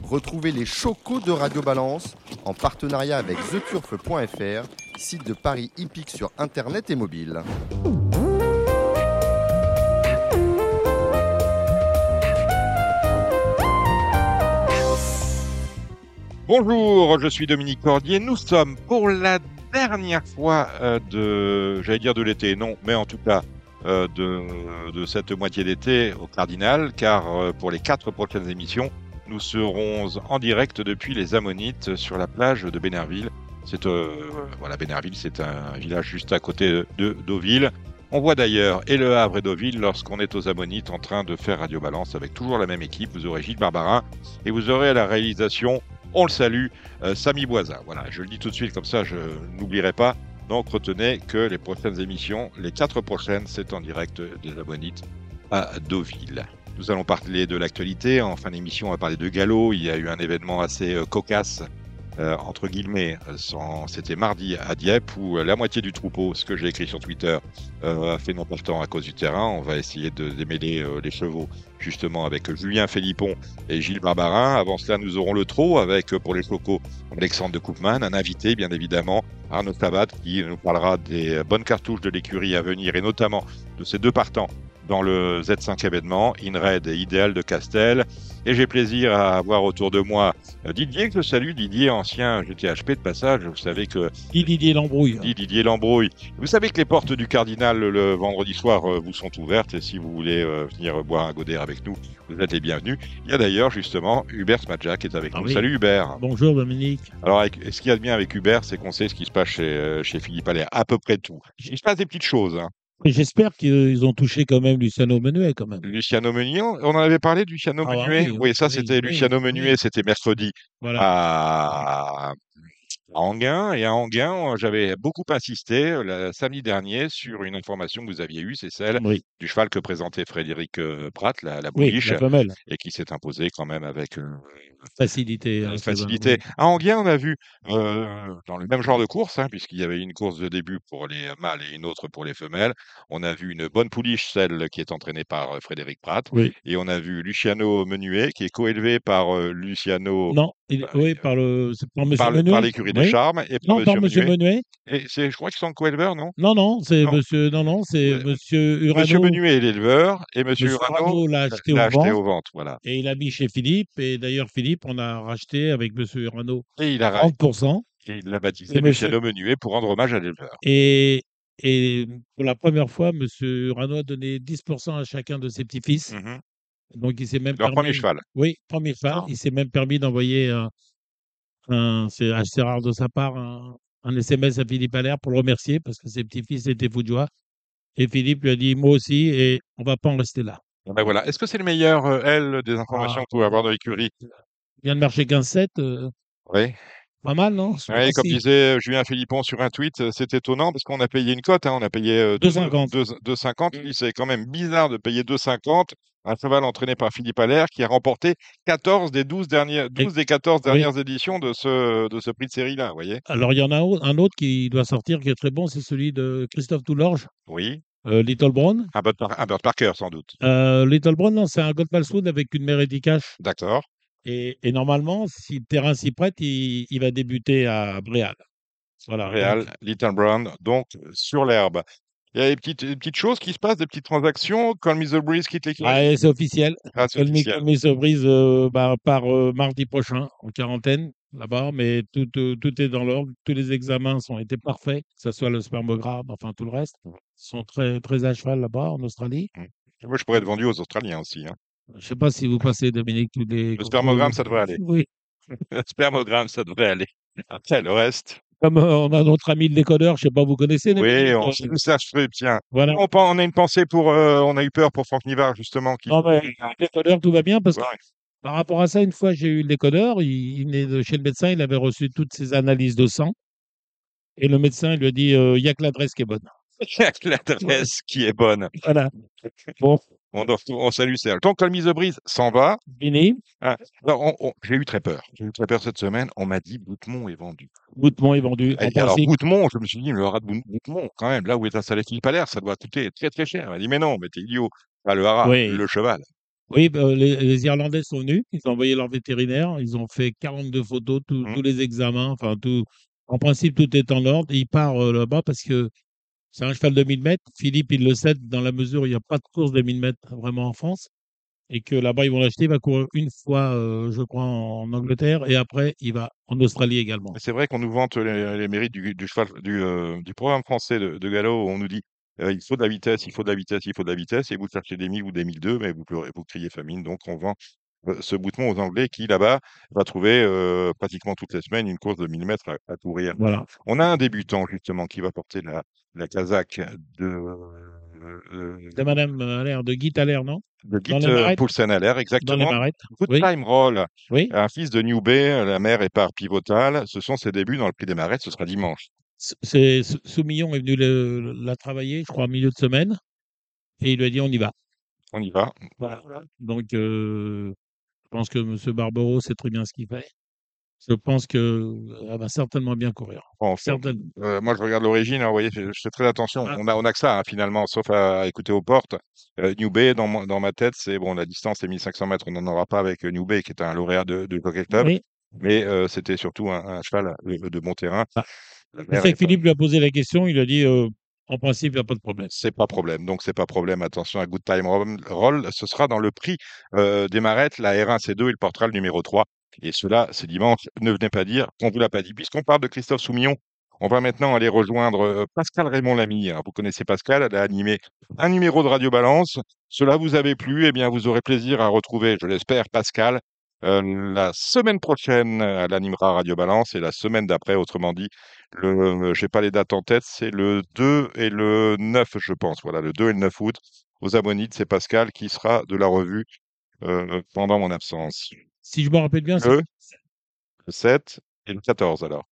Retrouvez les chocos de Radio Balance en partenariat avec theturf.fr, site de paris hippique sur internet et mobile. Bonjour, je suis Dominique Cordier. Nous sommes pour la dernière fois de l'été, non, mais en tout cas de cette moitié d'été au Cardinal, car pour les 4 prochaines émissions, nous serons en direct depuis les Ammonites sur la plage de Bénerville. Bénerville, c'est un village juste à côté de Deauville. On voit d'ailleurs et Le Havre et Deauville lorsqu'on est aux Ammonites en train de faire Radio Balance avec toujours la même équipe. Vous aurez Gilles Barbarin et vous aurez à la réalisation, on le salue, Samy Boisin. Voilà, je le dis tout de suite comme ça, je n'oublierai pas. Donc retenez que les prochaines émissions, les 4 prochaines, c'est en direct des Ammonites à Deauville. Nous allons parler de l'actualité. En fin d'émission, on va parler de galop. Il y a eu un événement assez cocasse, entre guillemets. C'était mardi à Dieppe où la moitié du troupeau, ce que j'ai écrit sur Twitter, a fait non portant à cause du terrain. On va essayer de démêler les chevaux justement avec Julien Philippon et Gilles Barbarin. Avant cela, nous aurons le trot avec, pour les chocos, Alexandre de Koopman, un invité bien évidemment, Arnaud Sabat, qui nous parlera des bonnes cartouches de l'écurie à venir et notamment de ces 2 partants dans le Z5 événement, InRed et Idéal de Castel. Et j'ai plaisir à avoir autour de moi Didier, que je salue, Didier, ancien GTHP de passage. Vous savez que... Didier Lambrouille. Didier Lambrouille. Vous savez que les portes du Cardinal le vendredi soir vous sont ouvertes. Et si vous voulez venir boire un godet avec nous, vous êtes les bienvenus. Il y a d'ailleurs justement Hubert Smadja qui est avec nous. Oui. Salut Hubert. Bonjour Dominique. Alors, ce qu'il y a de bien avec Hubert, c'est qu'on sait ce qui se passe chez Philippe Allaire. À peu près tout. Il se passe des petites choses, hein. Et j'espère qu'ils ont touché quand même Luciano Menuet quand même. Luciano Menuet, on en avait parlé de Luciano Menuet. Oui, c'était Luciano Menuet, c'était mercredi Voilà. à Enghien. Et à Enghien, j'avais beaucoup insisté samedi dernier sur une information que vous aviez eue, c'est celle du cheval que présentait Frédéric Prat, la Bouliche, la femelle, et qui s'est imposée quand même avec facilité. À Enghien, on a vu dans le même genre de course, puisqu'il y avait une course de début pour les mâles et une autre pour les femelles. On a vu une bonne pouliche, celle qui est entraînée par Frédéric Prat. Oui. Et on a vu Luciano Menuet, qui est coélevé par Luciano... Non, par Monsieur Menuet. Par l'écurie des Charmes et par Monsieur Menuet. Et je crois qu'ils sont co-éleveurs, non? Non, c'est Monsieur Urano. Monsieur Menuet est l'éleveur et Monsieur Urano l'a acheté aux ventes. Voilà. Et il a mis chez Philippe. Et d'ailleurs, Philippe, on a racheté avec Monsieur Urano et il a 30%. Et il l'a baptisé Luciano Menuet pour rendre hommage à l'éleveur. Et pour la première fois, Monsieur Urano a donné 10% à chacun de ses petits-fils. Mm-hmm. Donc, il s'est même Leur premier cheval. Oui, premier cheval. Il s'est même permis d'envoyer c'est assez rare de sa part, un SMS à Philippe Allaire pour le remercier parce que ses petits-fils étaient fous de joie. Et Philippe lui a dit, moi aussi, et on ne va pas en rester là. Ben voilà. Est-ce que c'est le meilleur, des informations que vous pouvez avoir dans l'écurie? Il vient de marcher 15-7. Oui. Pas mal, non? Oui, comme disait Julien Philippon sur un tweet, c'est étonnant parce qu'on a payé une cote, on a payé 2,50. Il dit c'est quand même bizarre de payer 2,50 un cheval entraîné par Philippe Allaire qui a remporté 14 des 14 dernières éditions de ce prix de série-là, vous voyez. Alors, il y en a un autre qui doit sortir qui est très bon, c'est celui de Christophe Toulorge. Oui. Little Brown. Un Bird Parker, sans doute. Little Brown, non, c'est un Goldmalswood avec une Meredy Cash. D'accord. Et normalement, si le terrain s'y prête, il va débuter à Bréal. Voilà. Bréal, Little Brown, donc sur l'herbe. Il y a des petites choses qui se passent, des petites transactions. Call Me the Breeze quitte l'écurie. C'est officiel. Call Me the Breeze part mardi prochain en quarantaine là-bas, mais tout est dans l'ordre. Tous les examens ont été parfaits, que ce soit le spermogramme, enfin tout le reste. Ils sont très, très à cheval là-bas en Australie. Moi, je pourrais être vendu aux Australiens aussi. Je ne sais pas si vous passez, Dominique, tous les... Le spermogramme, ça devrait aller. Oui. Le spermogramme, ça devrait aller. Après, le reste... Comme on a notre ami le décodeur, je ne sais pas, vous connaissez. Oui, on ça se fait bien. Voilà. On a une pensée pour... on a eu peur pour Franck Nivard, justement. Non, mais le décodeur, tout va bien parce que par rapport à ça, une fois, j'ai eu le décodeur. Il venait de chez le médecin, il avait reçu toutes ses analyses de sang. Et le médecin, il lui a dit, il n'y a que l'adresse qui est bonne. Il n'y a que l'adresse qui est bonne. Voilà. Bon. On salue Serge. Donc, Call Me the Breeze s'en va. Fini. J'ai eu très peur. J'ai eu très peur cette semaine. On m'a dit Boutemont est vendu. Boutemont est vendu. Alors, Boutemont, je me suis dit, le haras de Boutemont, quand même, là où est installé Philippe Allaire, ça doit coûter très très cher. Elle m'a dit, mais non, mais t'es idiot. Pas le haras, le cheval. Oui, les Irlandais sont venus, ils ont envoyé leur vétérinaire, ils ont fait 42 photos, Mmh. tous les examens, enfin tout. En principe, tout est en ordre. Il part là-bas parce que c'est un cheval de 1000 mètres. Philippe, il le sait dans la mesure où il n'y a pas de course de 1000 mètres vraiment en France et que là-bas, ils vont l'acheter. Il va courir une fois, je crois, en Angleterre et après, il va en Australie également. C'est vrai qu'on nous vante les mérites du cheval, du programme français de galop où on nous dit il faut de la vitesse, il faut de la vitesse, il faut de la vitesse, et vous cherchez des 1000 ou des 1002, mais vous criez famine. Donc on vend ce bouton aux Anglais qui, là-bas, va trouver pratiquement toutes les semaines une course de 1000 mètres à courir. Voilà. On a un débutant, justement, qui va porter la casaque De Madame Allaire, de Guy Thaler, non? de Dans Git les Marais? Poulsen-Aller, Dans les exactement. Marais? Good Oui, Time Roll, oui. un fils de New Bay, la mère est par Pivotal. Ce sont ses débuts dans le Prix des Marais, ce sera dimanche. Soumillon est venu la travailler, je crois, en milieu de semaine et il lui a dit on y va. On y va. Voilà. Donc, je pense que M. Barbero sait très bien ce qu'il fait. Je pense qu'elle va certainement bien courir. Bon, Certainement. moi, je regarde l'origine, hein, vous voyez, je fais très attention. Ah, On a que ça, hein, finalement, sauf à écouter aux portes. New Bay, dans ma tête, c'est bon, la distance est 1500 mètres. On n'en aura pas avec New Bay, qui est un lauréat de Jockey Club. oui. Mais c'était surtout un cheval de bon terrain. Ah. La Je mère sais est que Philippe lui a posé la question, il a dit en principe, il n'y a pas de problème. C'est pas problème. Donc, c'est pas problème. Attention à Good Time Roll. Ce sera dans le prix des Marettes. La R1C2, il portera le numéro 3. Et cela, c'est dimanche. Ne venez pas dire qu'on vous l'a pas dit. Puisqu'on parle de Christophe Soumillon, on va maintenant aller rejoindre Pascal Raymond-Lamy. Alors, vous connaissez Pascal, elle a animé un numéro de Radio Balance. Cela vous avait plu, eh bien, vous aurez plaisir à retrouver, je l'espère, Pascal. La semaine prochaine, elle animera Radio Balance et la semaine d'après, autrement dit, j'ai pas les dates en tête, c'est le 2 et le 9, je pense. Voilà, le 2 et le 9 août. Aux Ammonites, c'est Pascal qui sera de la revue pendant mon absence. Si je me rappelle bien, c'est Le, le 7 et le 14, alors.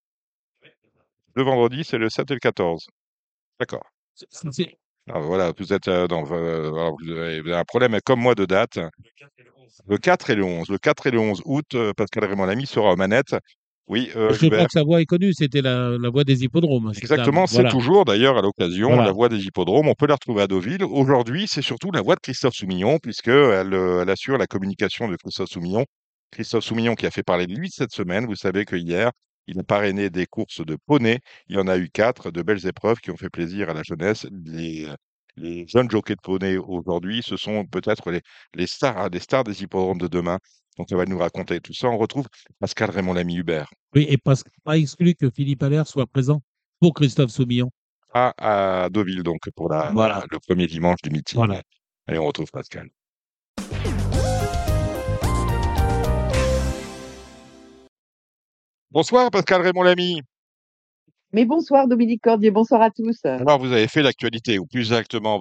Le vendredi, c'est le 7 et le 14. D'accord. c'est Alors, voilà, vous êtes alors, vous avez un problème comme moi de date. Le 4 et le 11. Le 4 et le 11 août, Pascal Raymond Lamy sera aux manettes. Oui, je crois Hubert. que sa voix est connue, c'était la voix des hippodromes, cette dame. Exactement, c'est Voilà, toujours d'ailleurs à l'occasion la voilà. voix des hippodromes. On peut la retrouver à Deauville. Aujourd'hui, c'est surtout la voix de Christophe Soumillon, puisqu'elle elle assure la communication de Christophe Soumillon. Christophe Soumillon qui a fait parler de lui cette semaine. Vous savez que hier, il a parrainé des courses de poney. Il y en a eu 4, de belles épreuves qui ont fait plaisir à la jeunesse. Les jeunes jockeys de poney aujourd'hui, ce sont peut-être les stars, hein, des stars des hippodromes de demain. Donc, elle va nous raconter tout ça. On retrouve Pascal Raymond Lamy Hubert Oui, et pas exclu que Philippe Allaire soit présent pour Christophe Soumillon. à Deauville, donc pour Voilà, le premier dimanche du meeting. voilà. Et on retrouve Pascal. Bonsoir Pascal Raymond Lamy. Mais bonsoir Dominique Cordier, bonsoir à tous. Alors vous avez fait l'actualité, ou plus exactement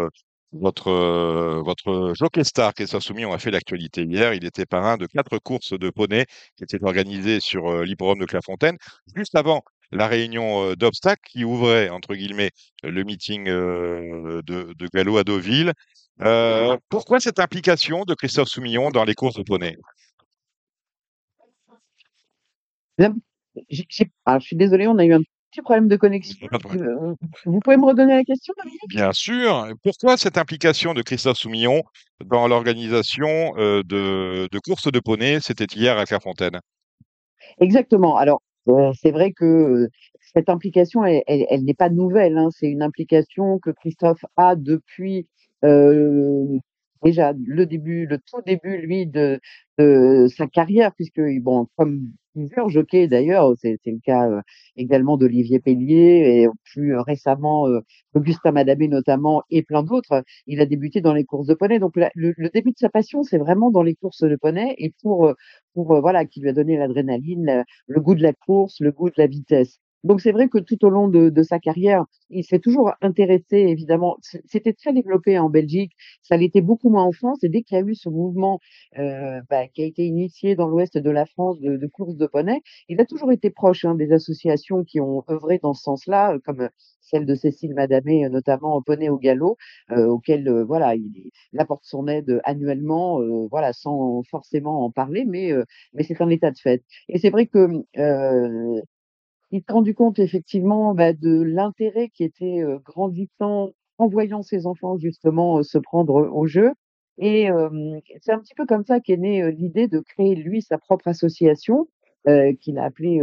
votre jockey star Christophe Soumillon a fait l'actualité hier. Il était parrain de 4 courses de poney qui étaient organisées sur l'hippodrome de Clairefontaine, juste avant la réunion d'obstacles qui ouvrait, entre guillemets, le meeting de galop à Deauville. Pourquoi cette implication de Christophe Soumillon dans les courses de poney? Je suis désolée, on a eu un petit problème de connexion. Vous pouvez me redonner la question, Dominique? Bien sûr. Pourquoi cette implication de Christophe Soumillon dans l'organisation de courses de poney? C'était hier à Clairefontaine. Exactement. Alors, c'est vrai que cette implication, elle n'est pas nouvelle, hein. C'est une implication que Christophe a depuis euh, déjà le tout début, lui, de sa carrière, puisque, bon, comme plusieurs jockeys d'ailleurs, c'est le cas également d'Olivier Pellier et plus récemment Augustin Madamé notamment et plein d'autres. Il a débuté dans les courses de poney. Donc, le début de sa passion, c'est vraiment dans les courses de poney et voilà, qui lui a donné l'adrénaline, le goût de la course, le goût de la vitesse. Donc c'est vrai que tout au long de sa carrière, il s'est toujours intéressé, évidemment. C'était très développé en Belgique, ça l'était beaucoup moins en France. Et dès qu'il y a eu ce mouvement qui a été initié dans l'ouest de la France de course de poney, il a toujours été proche des associations qui ont œuvré dans ce sens-là, comme celle de Cécile Madamé, notamment au Poney au Galop, auquel voilà, il apporte son aide annuellement, voilà, sans forcément en parler, mais c'est un état de fait. Et c'est vrai que il s'est rendu compte effectivement de l'intérêt qui était grandissant en voyant ses enfants justement se prendre au jeu. Et c'est un petit peu comme ça qu'est née l'idée de créer, lui, sa propre association, qu'il a appelée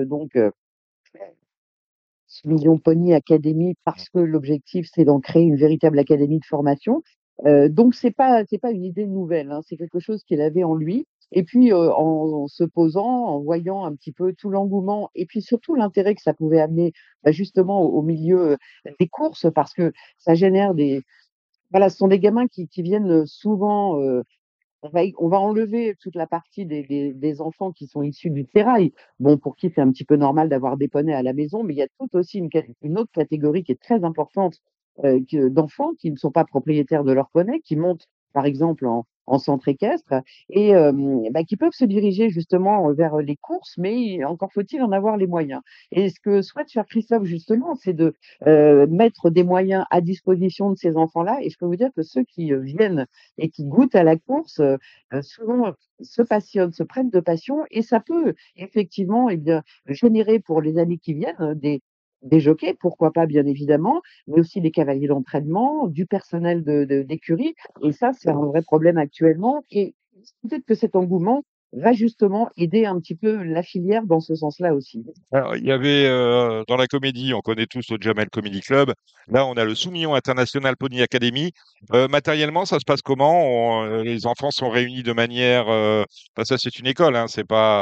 Million Pony Academy, parce que l'objectif, c'est d'en créer une véritable académie de formation. Donc c'est pas une idée nouvelle, hein, c'est quelque chose qu'il avait en lui. Et puis en se posant, en voyant un petit peu tout l'engouement et puis surtout l'intérêt que ça pouvait amener justement au milieu des courses, parce que ça génère des, voilà, ce sont des gamins qui viennent souvent. On va enlever toute la partie des enfants qui sont issus du sérail. Bon, pour qui c'est un petit peu normal d'avoir des poneys à la maison, mais il y a tout aussi une autre catégorie qui est très importante, d'enfants qui ne sont pas propriétaires de leurs poneys, qui montent par exemple en centre équestre et qui peuvent se diriger justement vers les courses, mais encore faut-il en avoir les moyens. Et ce que souhaite faire Christophe justement, c'est de mettre des moyens à disposition de ces enfants-là. Et je peux vous dire que ceux qui viennent et qui goûtent à la course, souvent se passionnent, se prennent de passion, et ça peut effectivement, eh bien, générer pour les années qui viennent des jockeys, pourquoi pas, bien évidemment, mais aussi des cavaliers d'entraînement, du personnel d'écurie. Et ça, c'est un vrai problème actuellement. Et peut-être que cet engouement va justement aider un petit peu la filière dans ce sens-là aussi. Alors, il y avait dans la comédie, on connaît tous le Jamel Comedy Club. Là, on a le Soumillon International Pony Academy. Matériellement, ça se passe comment? Les enfants sont réunis de manière. Enfin, ça, c'est une école, hein,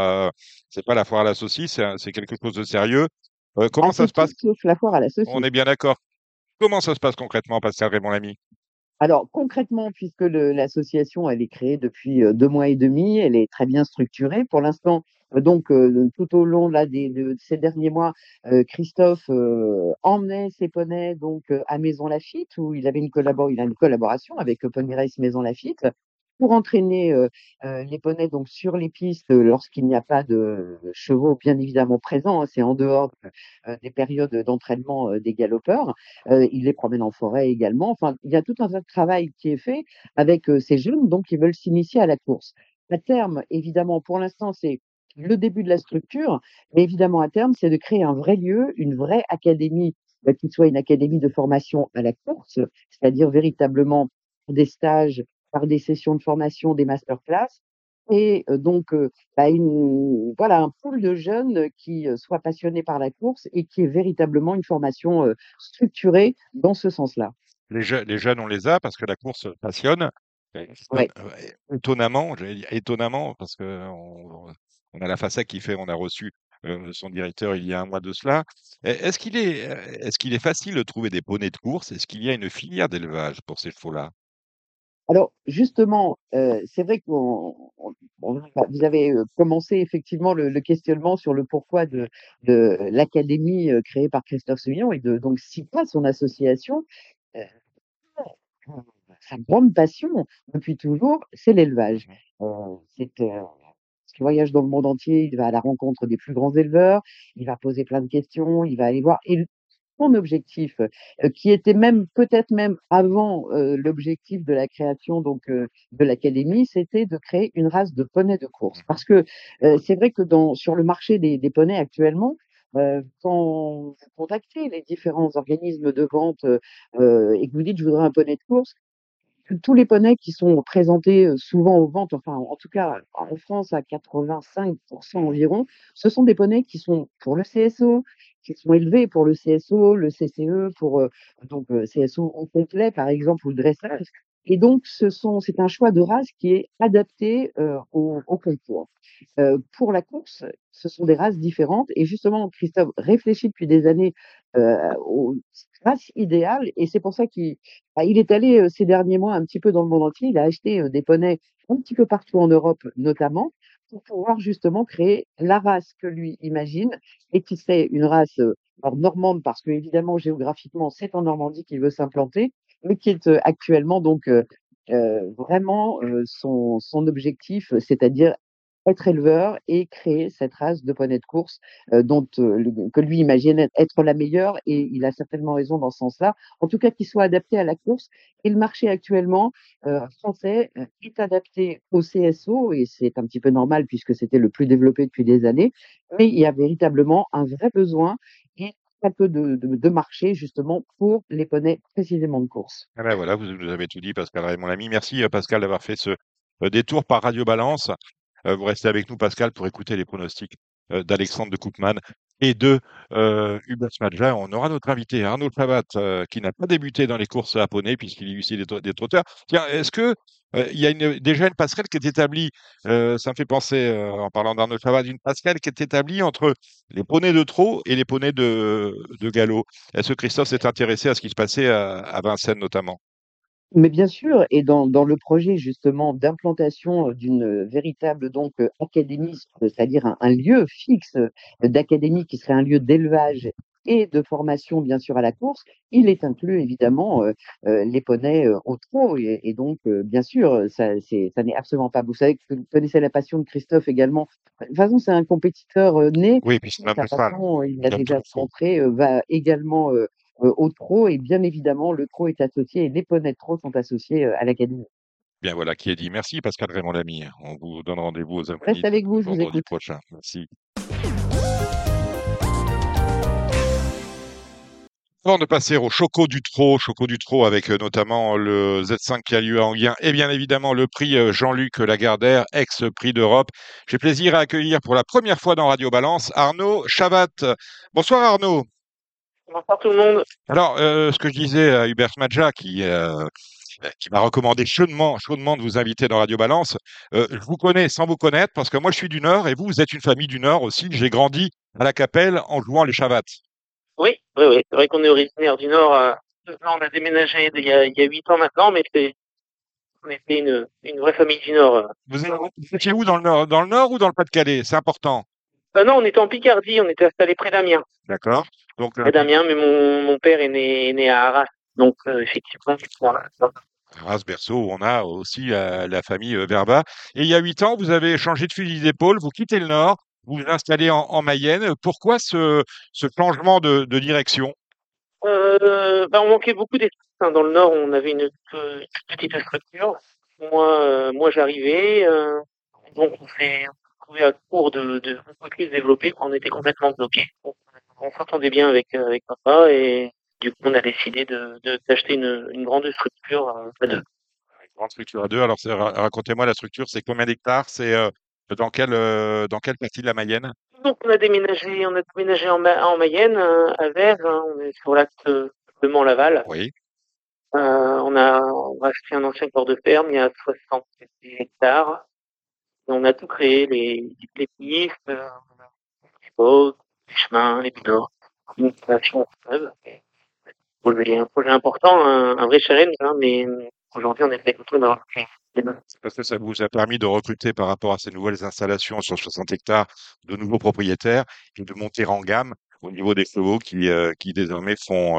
c'est pas la foire à la saucisse, c'est quelque chose de sérieux. Ah, Comment ça c'est se tout passe? sauf la foire à la On saucisse. est bien d'accord. Comment ça se passe concrètement, Pascal Raymond Lamy? Alors concrètement, puisque l'association, elle est créée depuis 2 mois et demi, elle est très bien structurée. Pour l'instant, donc tout au long là de ces derniers mois, Christophe emmenait ses poneys donc à Maison Lafitte, où il a une collaboration avec Pony Race Maison Lafitte pour entraîner les poneys donc sur les pistes lorsqu'il n'y a pas de chevaux bien évidemment présents, hein, c'est en dehors des périodes d'entraînement des galopeurs. Il les promène en forêt également. Enfin, il y a tout un tas de travail qui est fait avec ces jeunes donc qui veulent s'initier à la course. À terme, évidemment, pour l'instant, c'est le début de la structure, mais évidemment, à terme, c'est de créer un vrai lieu, une vraie académie, qui soit une académie de formation à la course, c'est-à-dire véritablement des stages, par des sessions de formation, des masterclass, et donc voilà, un pool de jeunes qui soient passionnés par la course et qui aient véritablement une formation structurée dans ce sens-là. Les jeunes, on les a parce que la course passionne. Ouais. Étonnamment, j'allais dire étonnamment, parce que on a la FASEC qui fait, on a reçu son directeur il y a un mois de cela. Est-ce qu'il est facile de trouver des poneys de course? Est-ce qu'il y a une filière d'élevage pour ces chevaux-là? Alors justement, c'est vrai vous avez commencé effectivement le questionnement sur le pourquoi de l'académie créée par Christophe Soumillon et de donc Cita, son association. Euh, Sa grande passion depuis toujours, c'est l'élevage. C'est Parce qu'il voyage dans le monde entier, il va à la rencontre des plus grands éleveurs, il va poser plein de questions, il va aller voir. Et son objectif, qui était même peut-être même avant l'objectif de la création donc de l'académie, c'était de créer une race de poneys de course. Parce que c'est vrai que sur le marché des poneys actuellement, quand vous contactez les différents organismes de vente et que vous dites je voudrais un poney de course, tous les poneys qui sont présentés souvent aux ventes, enfin en tout cas en France à 85% environ, ce sont des poneys qui sont pour le CSO, qui sont élevés pour le CSO, le CCE, pour CSO au complet par exemple ou le dressage. Et donc c'est un choix de race qui est adapté au concours. Pour la course, ce sont des races différentes et justement Christophe réfléchit depuis des années aux races idéales, et c'est pour ça il est allé ces derniers mois un petit peu dans le monde entier. Il a acheté des poneys un petit peu partout en Europe notamment pour pouvoir justement créer la race que lui imagine et qui serait une race alors normande parce que évidemment géographiquement c'est en Normandie qu'il veut s'implanter, mais qui est actuellement donc vraiment son objectif, c'est-à-dire être éleveur et créer cette race de poney de course que lui imagine être la meilleure, et il a certainement raison dans ce sens-là. En tout cas, qu'il soit adapté à la course. Et le marché actuellement français est adapté au CSO, et c'est un petit peu normal puisque c'était le plus développé depuis des années. Mais il y a véritablement un vrai besoin et très peu de marché justement pour les poneys précisément de course. Ah ben voilà, vous nous avez tout dit, Pascal Ray, mon ami. Merci, Pascal, d'avoir fait ce détour par Radio Balance. Vous restez avec nous, Pascal, pour écouter les pronostics d'Alexandre de Koopman et de Hubert Smadja. On aura notre invité, Arnaud Chabat, qui n'a pas débuté dans les courses à poney, puisqu'il est aussi des trotteurs. Tiens, est-ce que il y a déjà une passerelle qui est établie, ça me fait penser, en parlant d'Arnaud Chabat, une passerelle qui est établie entre les poneys de trot et les poneys de galop. Est-ce que Christophe s'est intéressé à ce qui se passait à Vincennes notamment? Mais bien sûr, et dans le projet justement d'implantation d'une véritable donc académie, c'est-à-dire un lieu fixe d'académie qui serait un lieu d'élevage et de formation bien sûr à la course, il est inclus évidemment les poneys au trot et donc bien sûr ça n'est absolument pas. Vous savez que vous connaissez la passion de Christophe également. De toute façon, c'est un compétiteur né. Oui, puis c'est un Sa peu fan. passion, il l'a Il aime tout déjà le trot. montré, va également au trot et bien évidemment le trot est associé et les poneys de trot sont associés à l'académie. Bien voilà qui est dit. Merci Pascal Raymond Lamy. On vous donne rendez-vous aux Je reste Invalides avec vous, je vous vendredi écoute. prochain. Merci. Avant de passer au Choco du Trot avec notamment le Z5 qui a lieu à Anguien et bien évidemment le prix Jean-Luc Lagardère, ex-prix d'Europe. J'ai plaisir à accueillir pour la première fois dans Radio Balance Arnaud Chabat. Bonsoir Arnaud. Bonsoir tout le monde. Alors, ce que je disais à Hubert Smadja qui m'a recommandé chaudement de vous inviter dans Radio Balance. Je vous connais sans vous connaître parce que moi je suis du Nord et vous êtes une famille du Nord aussi. J'ai grandi à la Capelle en jouant les Chavats. Oui. C'est vrai qu'on est originaire du Nord. Là, on a déménagé il y a 8 ans maintenant, mais on était une vraie famille du Nord. Vous étiez où dans le Nord ou dans le Pas-de-Calais? C'est important. Non, on était en Picardie, on était installé près d'Amiens. D'accord. Donc, Près d'Amiens, mais mon père est né à Arras. Donc, effectivement, voilà. Arras, Berceau, on a aussi la famille Verba. Et il y a 8 ans, vous avez changé de fusil d'épaule, vous quittez le Nord, vous vous installez en Mayenne. Pourquoi ce changement de direction? On manquait beaucoup d'espace. Dans le Nord, on avait une toute petite structure. Moi, j'arrivais. Donc, on s'est trouvé à court de plus développer. On était complètement bloqué. On s'entendait bien avec papa et du coup, on a décidé d'acheter une grande structure à deux. Grande structure à deux. Alors, racontez-moi la structure, c'est combien d'hectares? C'est dans quelle partie de la Mayenne? Donc, on a déménagé en Mayenne, à Vèze. On est sur l'axe de Mont-Laval. Oui. On a racheté un ancien corps de ferme, il y a 60 hectares. Et on a tout créé, les pistes, les spots, les chemins, les bidons, une création en fleuve. Un projet important, un vrai challenge, mais aujourd'hui on est très content d'avoir fait les mains. Parce que ça vous a permis de recruter par rapport à ces nouvelles installations sur 60 hectares de nouveaux propriétaires et de monter en gamme au niveau des chevaux qui désormais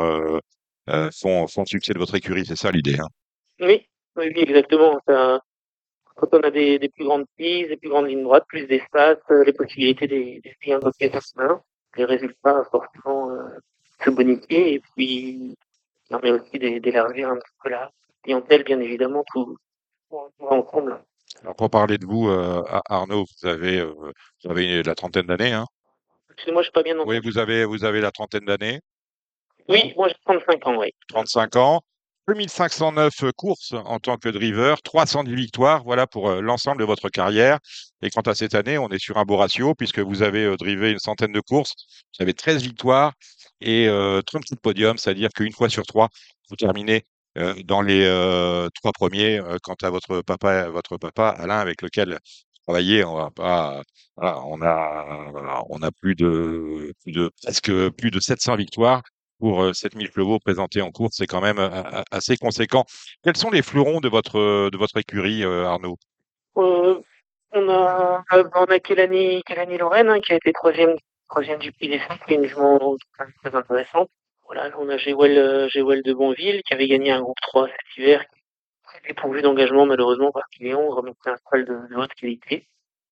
font le succès de votre écurie. C'est ça l'idée, hein. Oui, exactement. Quand on a des plus grandes pistes, des plus grandes lignes droites, plus d'espace, les possibilités des clients d'occasion, les résultats forcément se bonifier et puis ça permet aussi d'élargir un petit peu la clientèle, bien évidemment, tout va ensemble. Alors pour parler de vous, Arnaud, vous avez la trentaine d'années, hein? Excusez-moi, je suis pas bien Oui, entendu. vous avez la trentaine d'années, Oui, moi j'ai 35 ans, oui. 35 ans, 2509 courses en tant que driver, 310 victoires, voilà pour l'ensemble de votre carrière. Et quant à cette année, on est sur un beau ratio puisque vous avez drivé une centaine de courses, vous avez 13 victoires et 36 podiums, c'est-à-dire qu'une fois sur trois, vous terminez dans les trois premiers. Quant à votre papa Alain, avec lequel vous travaillez, on va pas, voilà, on a presque plus de 700 victoires pour 7000 chevaux présentés en course, c'est quand même assez conséquent. Quels sont les fleurons de votre écurie, Arnaud? Euh, on a Kélani Lorraine, qui a été troisième du Prix des Fêtes, qui est une jument très intéressante. Voilà, on a Géwell de Bonville, qui avait gagné un groupe 3 cet hiver, qui est pourvu d'engagement malheureusement par Léon, on remet un cheval de haute qualité.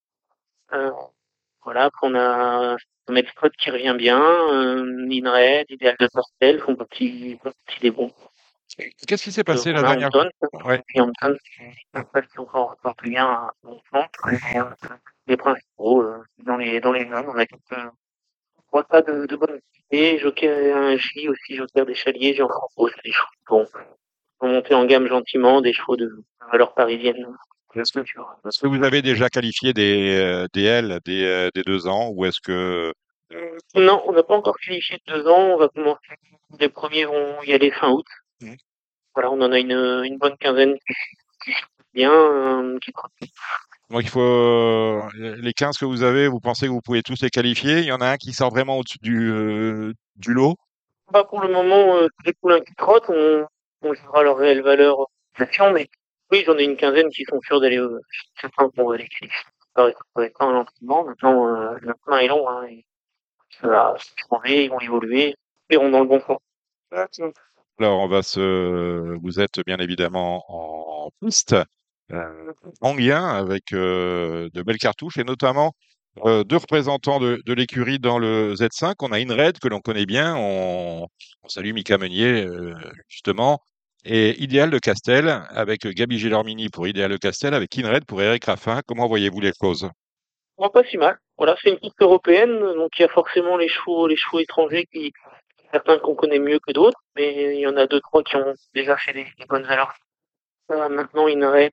Voilà, après on a Max Scott qui revient bien, Minred, Idéal de Tortel font partie des bons. Qu'est-ce qui s'est passé On la a dernière Hampton, Ouais. et Hampton, c'est un cheval qui encore plus bien à mon centre. Les principaux, dans les jeunes, on a quelques Trois de bonne qualité, Joker, un J aussi, Joker des Chaliers, Jean Franco, c'est des chevaux bon, ont monté en gamme gentiment, des chevaux de valeur parisienne. Est-ce que vous avez déjà qualifié des L, des 2 ans, ou est-ce que Non, on n'a pas encore qualifié de 2 ans, on va commencer. Les premiers vont y aller fin août. Mhm. Voilà, on en a une bonne quinzaine qui se bien, qui donc il faut les 15 que vous avez, vous pensez que vous pouvez tous les qualifier? Il y en a un qui sort vraiment au-dessus du lot? pas pour le moment, tous les poulains qui trottent, on jugera leur réelle valeur en station, mais oui, j'en ai une quinzaine qui sont sûrs d'aller, certains qu'on va les qualifier. Ça va être un l'entraînement. Maintenant, le chemin est long, hein, et ça va changer, ils vont évoluer, ils iront dans le bon sens. Alors, vous êtes bien évidemment en piste, en lien avec de belles cartouches et notamment deux représentants de l'écurie dans le Z5. On a Inred que l'on connaît bien. On salue Mika Meunier, justement. Et Idéal de Castel avec Gabi Gélormini pour Idéal de Castel, avec Inred pour Eric Raffin. Comment voyez-vous les choses? Bon, pas si mal. Voilà, c'est une piste européenne, donc il y a forcément les chevaux étrangers certains qu'on connaît mieux que d'autres, mais il y en a deux, trois qui ont déjà fait des bonnes valeurs. Maintenant, il arrête,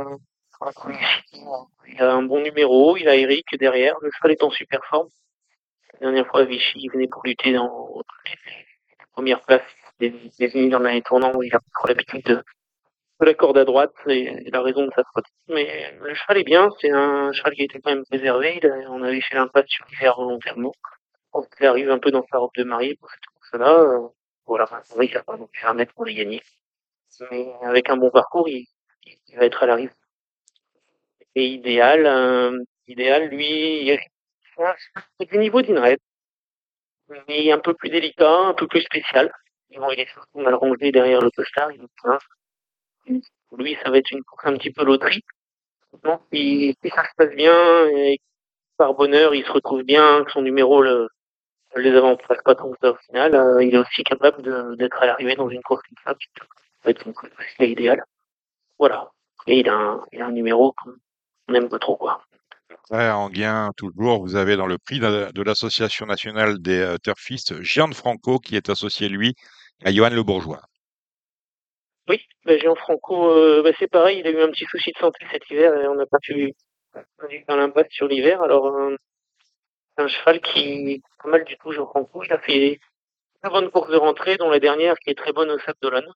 il a un bon numéro, il a Eric derrière, le cheval est en super forme. La dernière fois, Vichy, il venait pour lutter dans les premières places des unis dans l'année tournant où il a pour l'habitude de la corde à droite et la raison de sa faute. Mais le cheval est bien, c'est un cheval qui a été quand même préservé, on avait fait l'impasse sur l'hiver volontairement. Quand il arrive un peu dans sa robe de mariée pour cette course-là, voilà, il n'y a pas non plus un mètre pour les gagner. Mais avec un bon parcours, il va être à l'arrivée. Et idéal, lui, c'est du niveau d'Inred, mais un peu plus délicat, un peu plus spécial. Il est surtout mal rangé derrière l'autostar. Pour lui, ça va être une course un petit peu loterie. Donc, si ça se passe bien, et par bonheur, il se retrouve bien, que son numéro les avantage pas tant que ça au final, il est aussi capable d'être à l'arrivée dans une course comme ça, qui va être une course aussi idéale. Voilà. Et il a un numéro qu'on aime pas trop, quoi. Ouais, Anguien, toujours, vous avez dans le prix de l'Association nationale des turfistes, Gianfranco, qui est associé, lui, à Johan Le Bourgeois. Oui, Gianfranco, c'est pareil, il a eu un petit souci de santé cet hiver et on n'a pas pu faire l'impasse sur l'hiver. Alors, c'est un cheval qui est pas mal du tout, Gianfranco. Il a fait une bonne course de rentrée, dont la dernière qui est très bonne au Sable d'Olonne.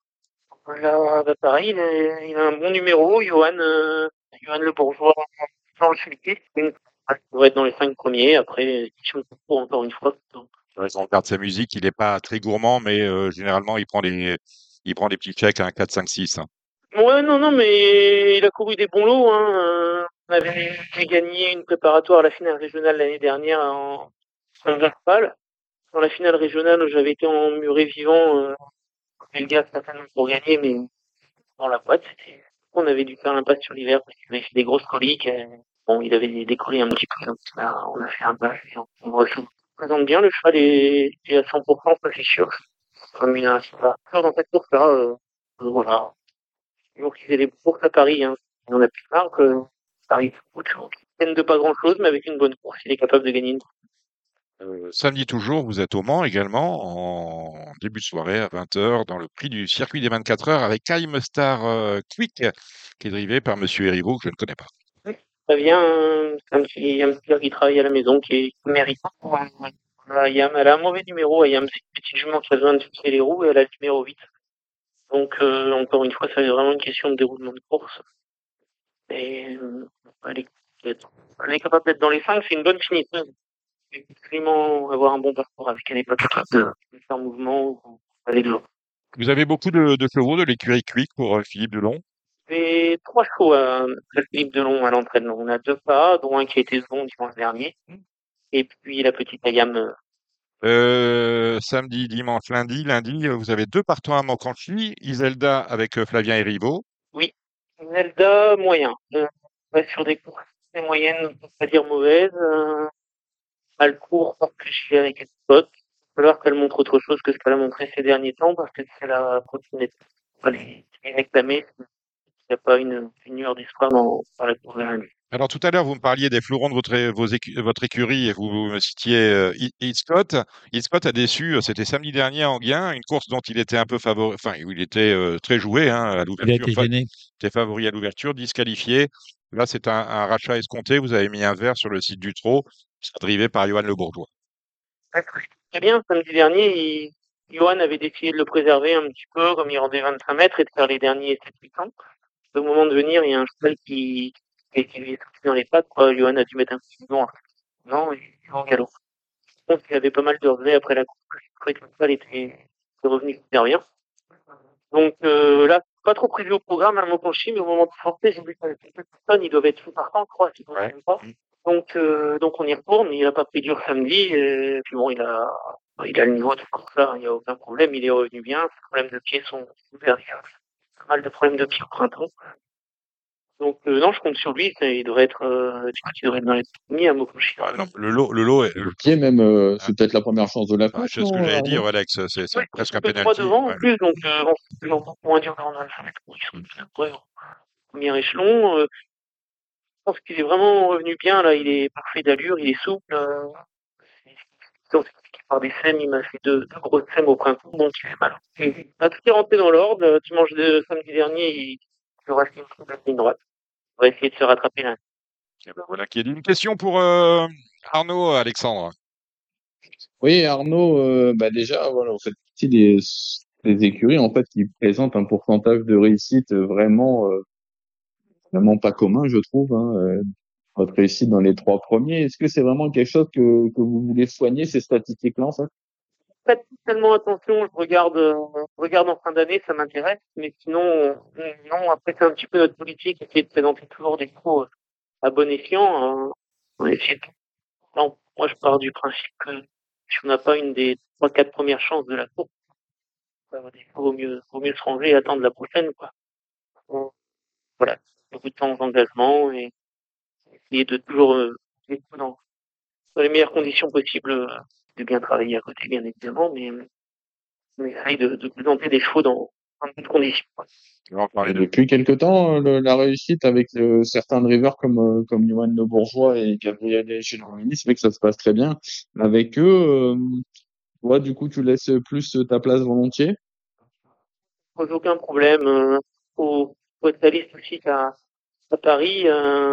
Là, pareil, il a un bon numéro, Johan Le Bourgeois, dans le sulky. Il devrait être dans les 5 premiers. Après, si on court encore une fois. C'est vrai qu'on regarde sa musique, il n'est pas très gourmand, mais généralement, il prend des petits chèques à un 4, 5, 6. Ouais, non, non, mais il a couru des bons lots, hein. On avait gagné une préparatoire à la finale régionale l'année dernière en Verpal. Dans la finale régionale, j'avais été en muret vivant, le gars certainement pour gagner, mais dans la boîte, on avait dû faire l'impasse sur l'hiver parce qu'il avait fait des grosses coliques. Bon, il avait décollé un petit peu, donc là, on a fait un pas. On se présente bien, le cheval est à 100%, ça c'est sûr. Comme il a un super dans cette course-là, voilà. Toujours qu'il faisait des courses à Paris, hein. Et on a pu voir que Paris peine de pas grand-chose, mais avec une bonne course, il est capable de gagner une course. Samedi toujours, vous êtes au Mans également, en début de soirée à 20h, dans le prix du circuit des 24 heures avec Time Star Quick, qui est drivé par Monsieur Erivo, que je ne connais pas. Ça vient, un petit gars qui travaille à la maison, qui mérite. Ayam, elle a un mauvais numéro, Ayam, c'est une petite jument qui a besoin de fixer les roues, et elle a le numéro 8. Donc, encore une fois, ça est vraiment une question de déroulement de course. Et elle est, elle est capable d'être dans les 5, c'est une bonne finition. Il faut absolument avoir un bon parcours avec elle n'est pas capable de faire mouvement ou aller de l'eau. Vous avez beaucoup de chevaux de l'écurie Quick pour Philippe Delon. J'ai 3 chevaux à Philippe Delon à l'entraînement. On a 2 pas, dont un qui a été second dimanche dernier. Et puis la petite Ayam. Samedi, dimanche, lundi, vous avez 2 partants à Montcanchi, Iselda avec Flavien Erivo. Oui, Zelda, moyen. Ouais, sur des courses très moyennes, on peut pas dire mauvaises. Elle court parce que je suis avec elle spot. Il va falloir qu'elle montre autre chose que ce qu'elle a montré ces derniers temps, parce que si elle a continué de les réclamer, il n'y a pas une lueur d'espoir dans la course de lundi. Alors tout à l'heure, vous me parliez des fleurons de votre écurie et vous me citiez Heath Scott. Heath Scott a déçu, c'était samedi dernier à Enghien, une course dont il était un peu favori, enfin où il était très joué hein, à Il a l'ouverture, été gêné. était favori à l'ouverture, disqualifié. Là, c'est un rachat escompté. Vous avez mis un verre sur le site du Trot, drivé par Johan Le Bourgeois. Ouais, très bien, samedi dernier, Johan avait décidé de le préserver un petit peu, comme il rendait 25 mètres, et de faire les derniers 7-8 ans. Au moment de venir, il y a un cheval qui lui est sorti dans les pattes, quoi. Johan a dû mettre un petit bidon non, et il est en galop. Je pense qu'il avait pas mal de regrets après la course. Je trouvais que le cheval était revenu super bien. Donc là, pas trop prévu au programme à Montconchi, mais au moment de sortir, j'ai vu que quelques personnes, ils doivent être sous partant, je crois, si je ne me Ouais. trompe pas. Donc on y retourne, il a pas pris dur samedi, et puis bon, il a le niveau de course là, il n'y a aucun problème, il est revenu bien, ses problèmes de pied sont ouverts, il y a pas mal de problèmes de pied au printemps. Donc non, je compte sur lui, il devrait être, il devrait être dans les premiers à Mokoshi. Ouais, non, le lot est, Pied même, hein, c'est peut-être la première chance de la ouais, course, c'est ce que non, j'allais dire, Arnaud? Alex. C'est Ouais, presque un un peu de 3 penalty. devant en Ouais. plus, donc c'est encore moins dur de rendre un ils sont ouais, au premier échelon. Je pense qu'il est vraiment revenu bien là, il est parfait d'allure, il est souple. Donc, par des sèmes, il m'a fait deux grosses sèmes au printemps, donc il est mal. Tout est rentré dans l'ordre. Dimanche de samedi dernier, il reste une complète ligne droite. On va essayer de se rattraper là. Et ben voilà qui est dit. Une question pour Arnaud, Alexandre. Oui, Arnaud, déjà, voilà, vous faites partie des écuries, en fait, qui présentent un pourcentage de réussite vraiment pas commun, je trouve, hein, votre réussite dans les 3 premiers. Est-ce que c'est vraiment quelque chose que vous voulez soigner, ces statistiques-là, en fait? Faites tellement attention, je regarde en fin d'année, ça m'intéresse, mais sinon, non, après c'est un petit peu notre politique, essayer de présenter toujours des chevaux à bon escient. On va essayer de... Non, moi je pars du principe que si on n'a pas une des 3-4 premières chances de la course, vaut mieux se ranger et attendre la prochaine, quoi. Donc, voilà, beaucoup de temps d'engagement et essayer de toujours être dans les meilleures conditions possibles, de bien travailler à côté, bien évidemment, mais on essaye de présenter des chevaux dans de bonnes conditions, quoi. On va en parler Et de. depuis quelque temps, la réussite avec certains drivers comme Johan Le Bourgeois et Gabriel Gélormini, c'est vrai que ça se passe très bien. Avec eux, toi, du coup, tu laisses plus ta place volontiers? Pose aucun problème. Faut être réaliste aussi à Paris.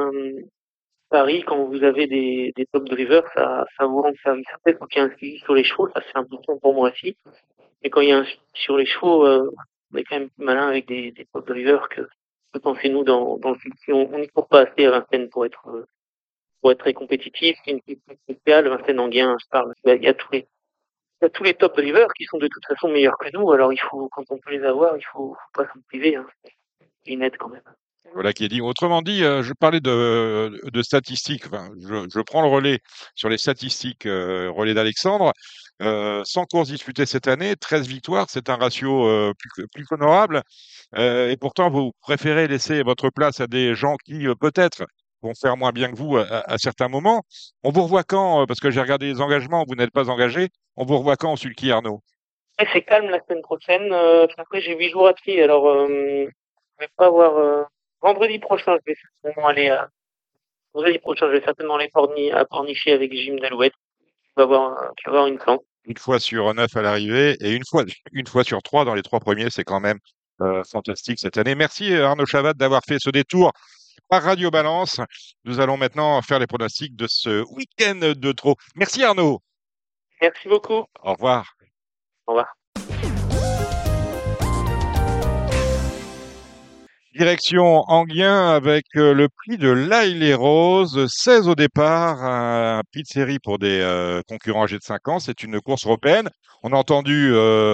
Paris, quand vous avez des top drivers, ça vous rend service. Après, faut qu'il y ait un suivi sur les chevaux, ça c'est important pour moi aussi. Mais quand il y a un suivi sur les chevaux, on est quand même plus malin avec des top drivers que quand c'est nous dans le suivi. On n'y court pas assez à Vincennes pour être très compétitif. C'est une équipe spéciale, Vincennes Anguien, je parle. Il y a tous les top drivers qui sont de toute façon meilleurs que nous. Alors quand on peut les avoir, faut pas s'en priver, hein. C'est une aide quand même. Voilà qui est dit. Autrement dit, je parlais de statistiques. Enfin, je prends le relais sur les statistiques, relais d'Alexandre. 100 courses disputées cette année, 13 victoires, c'est un ratio plus qu'honorable. Et pourtant, vous préférez laisser votre place à des gens qui, peut-être, vont faire moins bien que vous à certains moments. On vous revoit quand, parce que j'ai regardé les engagements, vous n'êtes pas engagé. On vous revoit quand au Sulky, Arnaud? Après, c'est calme la semaine prochaine. Puis après, j'ai 8 jours à pied. Alors, je vais pas avoir. Vendredi prochain, je vais certainement aller à Pornichet avec Jim Delouette. Qui va avoir une plante. Une fois sur 9 à l'arrivée et une fois sur 3 dans les 3 premiers, c'est quand même fantastique cette année. Merci Arnaud Chavat d'avoir fait ce détour par Radio Balance. Nous allons maintenant faire les pronostics de ce week-end de trop. Merci Arnaud. Merci beaucoup. Au revoir. Au revoir. Direction Enghien avec le prix de l'Aille les Roses, 16 au départ, un prix de série pour des concurrents âgés de 5 ans. C'est une course européenne. On a entendu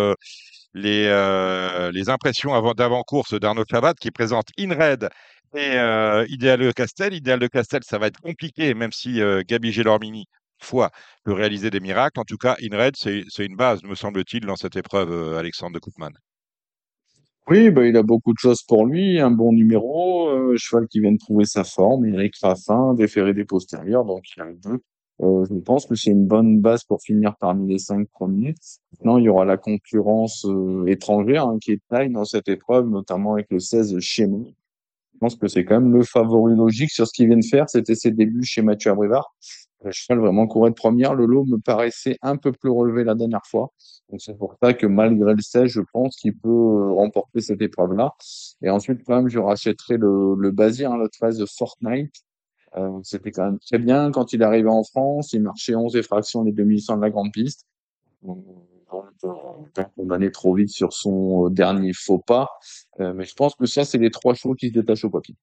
les impressions d'avant-course d'Arnaud Chavat qui présente InRed et Idéal de Castel. Idéal de Castel, ça va être compliqué, même si Gabi Gélormini, fois, peut réaliser des miracles. En tout cas, InRed, c'est une base, me semble-t-il, dans cette épreuve, Alexandre de Koopman. Oui, il a beaucoup de choses pour lui, un bon numéro, cheval qui vient de trouver sa forme, Eric Raffin, déféré des postérieurs, donc il y a les deux. Je pense que c'est une bonne base pour finir parmi les 5 premiers. Maintenant, il y aura la concurrence étrangère, hein, qui est de taille dans cette épreuve, notamment avec le 16 Chémon. pense que c'est quand même le favori logique sur ce qu'il vient de faire. C'était ses débuts chez Mathieu Abrivard. Le cheval vraiment courait de première. Le lot me paraissait un peu plus relevé la dernière fois. Donc c'est pour ça que malgré le 16, je pense qu'il peut remporter cette épreuve-là. Et ensuite, quand même, je rachèterai le Bazir, hein, le 13 de Fortnite. C'était quand même très bien quand il arrivait en France. Il marchait 11 et fractions les 2100 de la grande piste. Donc, pas condamné trop vite sur son dernier faux pas. Mais je pense que ça, c'est les trois chevaux qui se détachent au papier.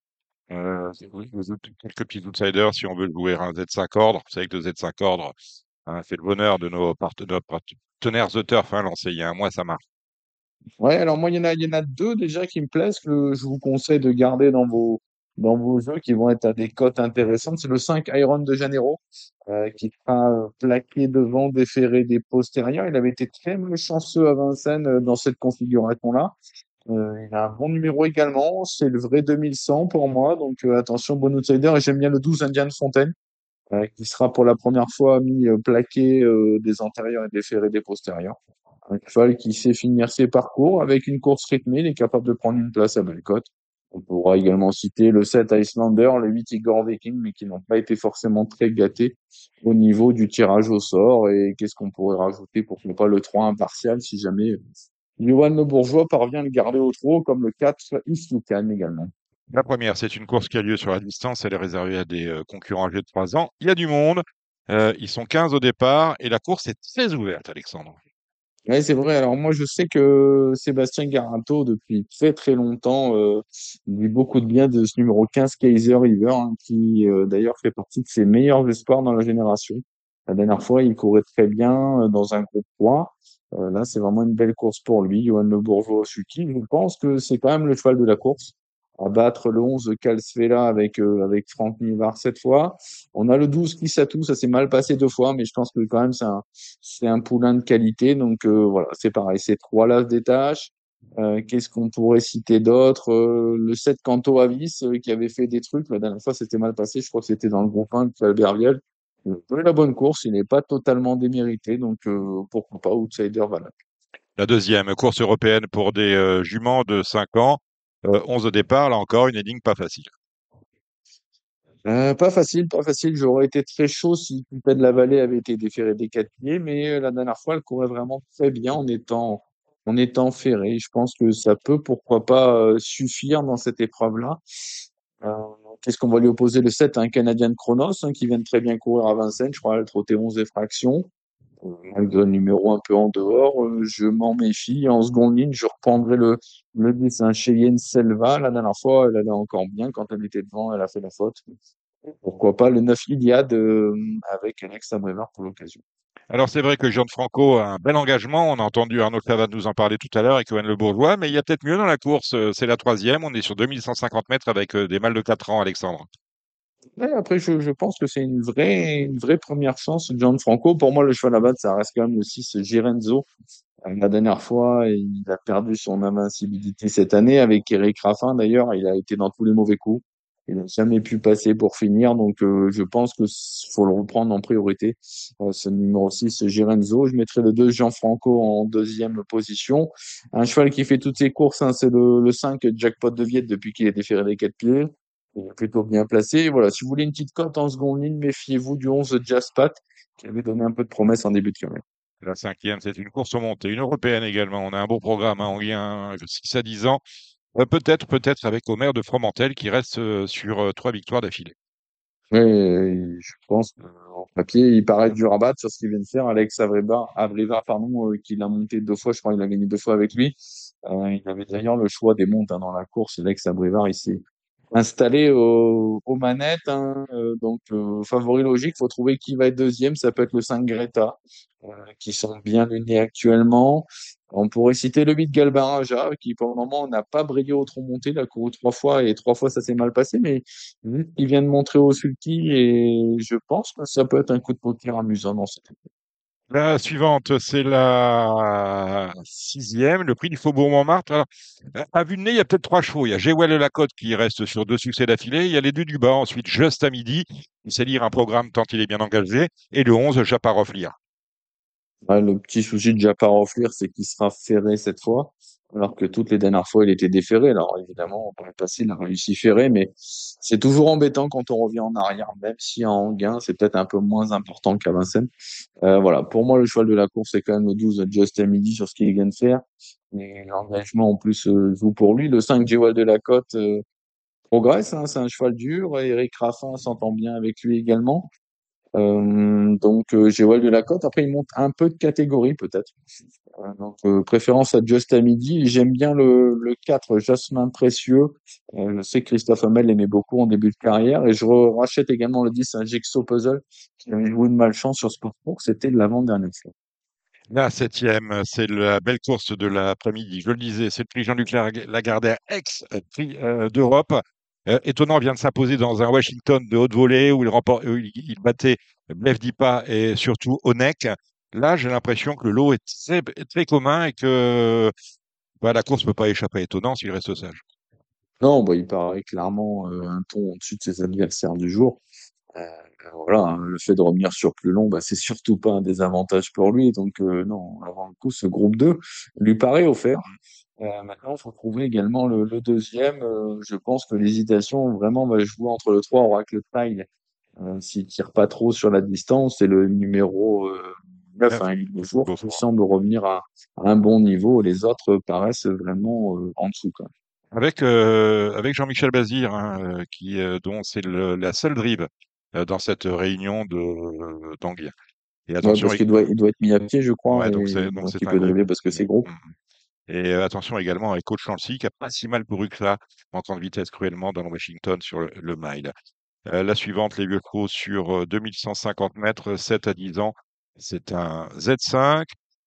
Oui, quelques petits outsiders si on veut jouer un Z5 ordre. Vous savez que le Z5 ordre fait le bonheur de nos partenaires The Turf, hein, lancé il y a un mois, ça marche. Ouais, alors moi, il y en a deux déjà qui me plaisent que je vous conseille de garder dans vos jeux qui vont être à des cotes intéressantes. C'est le 5 Iron de Janeiro, qui sera plaqué devant, déféré des postérieurs. Il avait été très malchanceux à Vincennes dans cette configuration-là. Il a un bon numéro également. C'est le vrai 2100 pour moi. Donc attention, bon outsider. Et j'aime bien le 12 Indian Fontaine, qui sera pour la première fois mis plaqué des antérieurs et déféré des postérieurs. Un cheval qui sait finir ses parcours avec une course rythmée, il est capable de prendre une place à Bellecote. On pourra également citer le 7 Icelander, le 8 Igor Viking, mais qui n'ont pas été forcément très gâtés au niveau du tirage au sort. Et qu'est-ce qu'on pourrait rajouter pour ne pas le 3 impartial si jamais Johan Le Bourgeois parvient à le garder au trot, comme le 4 Isloukan également. La première, c'est une course qui a lieu sur la distance. Elle est réservée à des concurrents âgés de 3 ans. Il y a du monde. Ils sont 15 au départ et la course est très ouverte, Alexandre. Ouais, c'est vrai. Alors moi, je sais que Sébastien Garanto, depuis très très longtemps, dit beaucoup de bien de ce numéro 15 Kaiser River, hein, qui d'ailleurs fait partie de ses meilleurs espoirs dans la génération. La dernière fois, il courait très bien dans un groupe 3. Là, c'est vraiment une belle course pour lui. Johan Le Bourgeois Suki, je pense que c'est quand même le cheval de la course. À battre le 11 Calsvela avec Franck Nivard cette fois. On a le 12 Kissatou, ça s'est mal passé 2 fois, mais je pense que quand même c'est un poulain de qualité. Donc voilà, c'est pareil, ces trois-là se détachent. Qu'est-ce qu'on pourrait citer d'autre? Le 7 Canto Avis, qui avait fait des trucs. La dernière fois, c'était mal passé. Je crois que c'était dans le groupe 1 de Albert Viel. Il a fait la bonne course, il n'est pas totalement démérité. Donc pourquoi pas Outsider Valak. La deuxième, course européenne pour des juments de 5 ans. 11 au départ, là encore, une énigme pas facile. Pas facile, pas facile. J'aurais été très chaud si Coupé de la Vallée avait été déféré des 4 pieds, mais la dernière fois, elle courait vraiment très bien en étant ferrée. Je pense que ça peut, pourquoi pas, suffire dans cette épreuve-là. Euh, Qu'est-ce qu'on va lui opposer? Le 7, un Canadien de Chronos, hein, qui vient de très bien courir à Vincennes. Je crois qu'elle a trotté 11 effractions. Malgré le numéro un peu en dehors, je m'en méfie. En seconde ligne, je reprendrai le 10, un Cheyenne Selva. La dernière fois, elle allait encore bien. Quand elle était devant, elle a fait la faute. Pourquoi pas le 9 Iliade avec Alex Abrevard pour l'occasion. Alors c'est vrai que Gianfranco a un bel engagement. On a entendu Arnaud Clavat nous en parler tout à l'heure et Cohen Le Bourgeois, mais il y a peut-être mieux dans la course. C'est la troisième. On est sur 2150 mètres avec des mâles de 4 ans, Alexandre. Ouais, après, je pense que c'est une vraie première chance, Gianfranco. Pour moi, le cheval à battre, ça reste quand même le 6 Girenzo. La dernière fois, il a perdu son invincibilité cette année avec Eric Raffin. D'ailleurs, il a été dans tous les mauvais coups. Il n'a jamais pu passer pour finir. Donc, je pense que faut le reprendre en priorité. Ce numéro 6, Girenzo. Je mettrai le 2, Gianfranco, en deuxième position. Un cheval qui fait toutes ses courses, hein, c'est le 5, Jackpot de Viette, depuis qu'il a été ferré des 4 pieds. Il est plutôt bien placé. Voilà. Si vous voulez une petite cote en seconde ligne, méfiez-vous du 11, Jaspat, qui avait donné un peu de promesse en début de carrière. La cinquième, c'est une course au montée, une européenne également. On a un beau programme, hein, on vient 6 à 10 ans. Peut-être avec Omer de Fromentel qui reste sur 3 victoires d'affilée. Oui, je pense qu'en papier, il paraît dur à battre sur ce qu'il vient de faire. Alex Abrivard, pardon, qui l'a monté 2 fois, je crois qu'il a gagné 2 fois avec lui. Il avait d'ailleurs le choix des montes, hein, dans la course. Alex Abrivard, il s'est installé aux manettes, hein, donc favori logique. Faut trouver qui va être deuxième. Ça peut être le 5 Greta, qui sont bien lunis actuellement. On pourrait citer le 8 Galbaraja, qui pour le moment n'a pas brillé au tronc monté. Il a couru 3 fois et 3 fois ça s'est mal passé, mais vu qu'il vient de montrer au sulky, et je pense que ça peut être un coup de poker amusant dans cette équipe. La suivante, c'est la sixième, le prix du Faubourg Montmartre. Alors, à vue de nez, il y a peut-être 3 chevaux. Il y a Jewel Lacotte qui reste sur 2 succès d'affilée. Il y a les deux du bas, ensuite Juste à midi. Il sait lire un programme tant il est bien engagé. Et le 11, Chaparov Lire. Ouais, le petit souci de Japarov-Lear, c'est qu'il sera ferré cette fois, alors que toutes les dernières fois, il était déferré. Alors évidemment, par le passé, il a réussi ferré, mais c'est toujours embêtant quand on revient en arrière, même si en gain, c'est peut-être un peu moins important qu'à Vincennes. Voilà, pour moi, le cheval de la course, c'est quand même le 12 Just Midi sur ce qu'il vient de faire. Et l'engagement, en plus, joue pour lui. Le 5 Jewel de la Côte progresse, hein, c'est un cheval dur. Et Eric Raffin s'entend bien avec lui également. Jewel de la Côte. Après, il monte un peu de catégorie, peut-être. Préférence à Just à midi. J'aime bien le 4, Jasmin Précieux. Je sais que Christophe Hamel l'aimait beaucoup en début de carrière. Et je rachète également le 10, un Jigsaw Puzzle, qui avait joué de malchance sur ce parcours. C'était de l'avant-dernière fois. La septième, c'est la belle course de l'après-midi. Je le disais, c'est le prix Jean-Luc Lagardère, ex-prix d'Europe. Étonnant, vient de s'imposer dans un Washington de haute volée où il battait Blef Dipa et surtout Onek. Là, j'ai l'impression que le lot est très, très commun et que la course ne peut pas échapper. Étonnant s'il reste sage. Non, bah, il paraît clairement un ton au-dessus de ses adversaires du jour. Euh, voilà, hein, le fait de revenir sur plus long, bah, c'est surtout pas un désavantage pour lui. Non, avant le coup, ce groupe 2 lui paraît offert. Maintenant, il faut trouver également le deuxième. Je pense que l'hésitation vraiment va jouer entre le 3 Oracle Tile, s'il tire pas trop sur la distance, et le numéro 9, Neuf, hein, Elite Beaufort, qui Beaufort. semble revenir à un bon niveau. Les autres paraissent vraiment en dessous, quoi. Avec Jean-Michel Bazir, hein, dont c'est la seule drive dans cette réunion d'Anguien. Et Ouais, attention, parce qu'il doit être mis à pied, je crois, ouais, et donc donc il c'est un peut groupe. driver parce que Mm, c'est gros. mm. Et attention également avec Coach Chancy qui a pas si mal couru que ça, en temps de vitesse cruellement dans le Washington sur le mile. La suivante, les vieux chevaux sur 2150 mètres, 7 à 10 ans. C'est un Z5.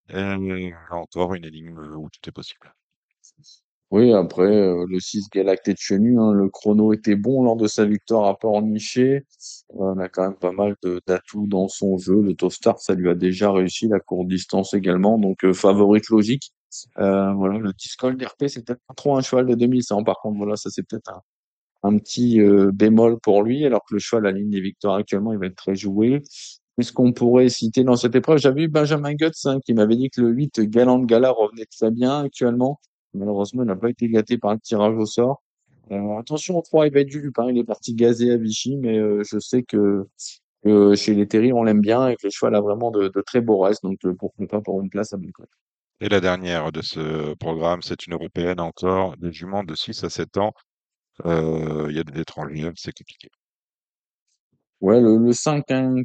Encore une énigme où tout est possible. Oui, après, le 6 Galacté de Chenu, hein, le chrono était bon lors de sa victoire à Pornichet. On a quand même pas mal d'atouts dans son jeu. Le Tostard, ça lui a déjà réussi, la courte distance également, donc favorite logique. Voilà, le 10 Col d'RP, c'est peut-être pas trop un cheval de 2100. Par contre, voilà, ça c'est peut-être un petit bémol pour lui, alors que le cheval, à la ligne des victoires actuellement, il va être très joué. Qu'est-ce qu'on pourrait citer dans cette épreuve? J'avais eu Benjamin Guts, hein, qui m'avait dit que le 8 Galant de Gala revenait très bien actuellement. Malheureusement, il n'a pas été gâté par le tirage au sort. Attention au 3, il va être du Lupin. Il est parti gazé à Vichy, mais je sais que chez les Terry, on l'aime bien et que le cheval a vraiment de très beaux restes. Donc, pourquoi pas pour une place à Belcourt. Et la dernière de ce programme, c'est une européenne encore, des juments de 6 à 7 ans. Il y a des étrangers, c'est compliqué. Ouais, le 5, un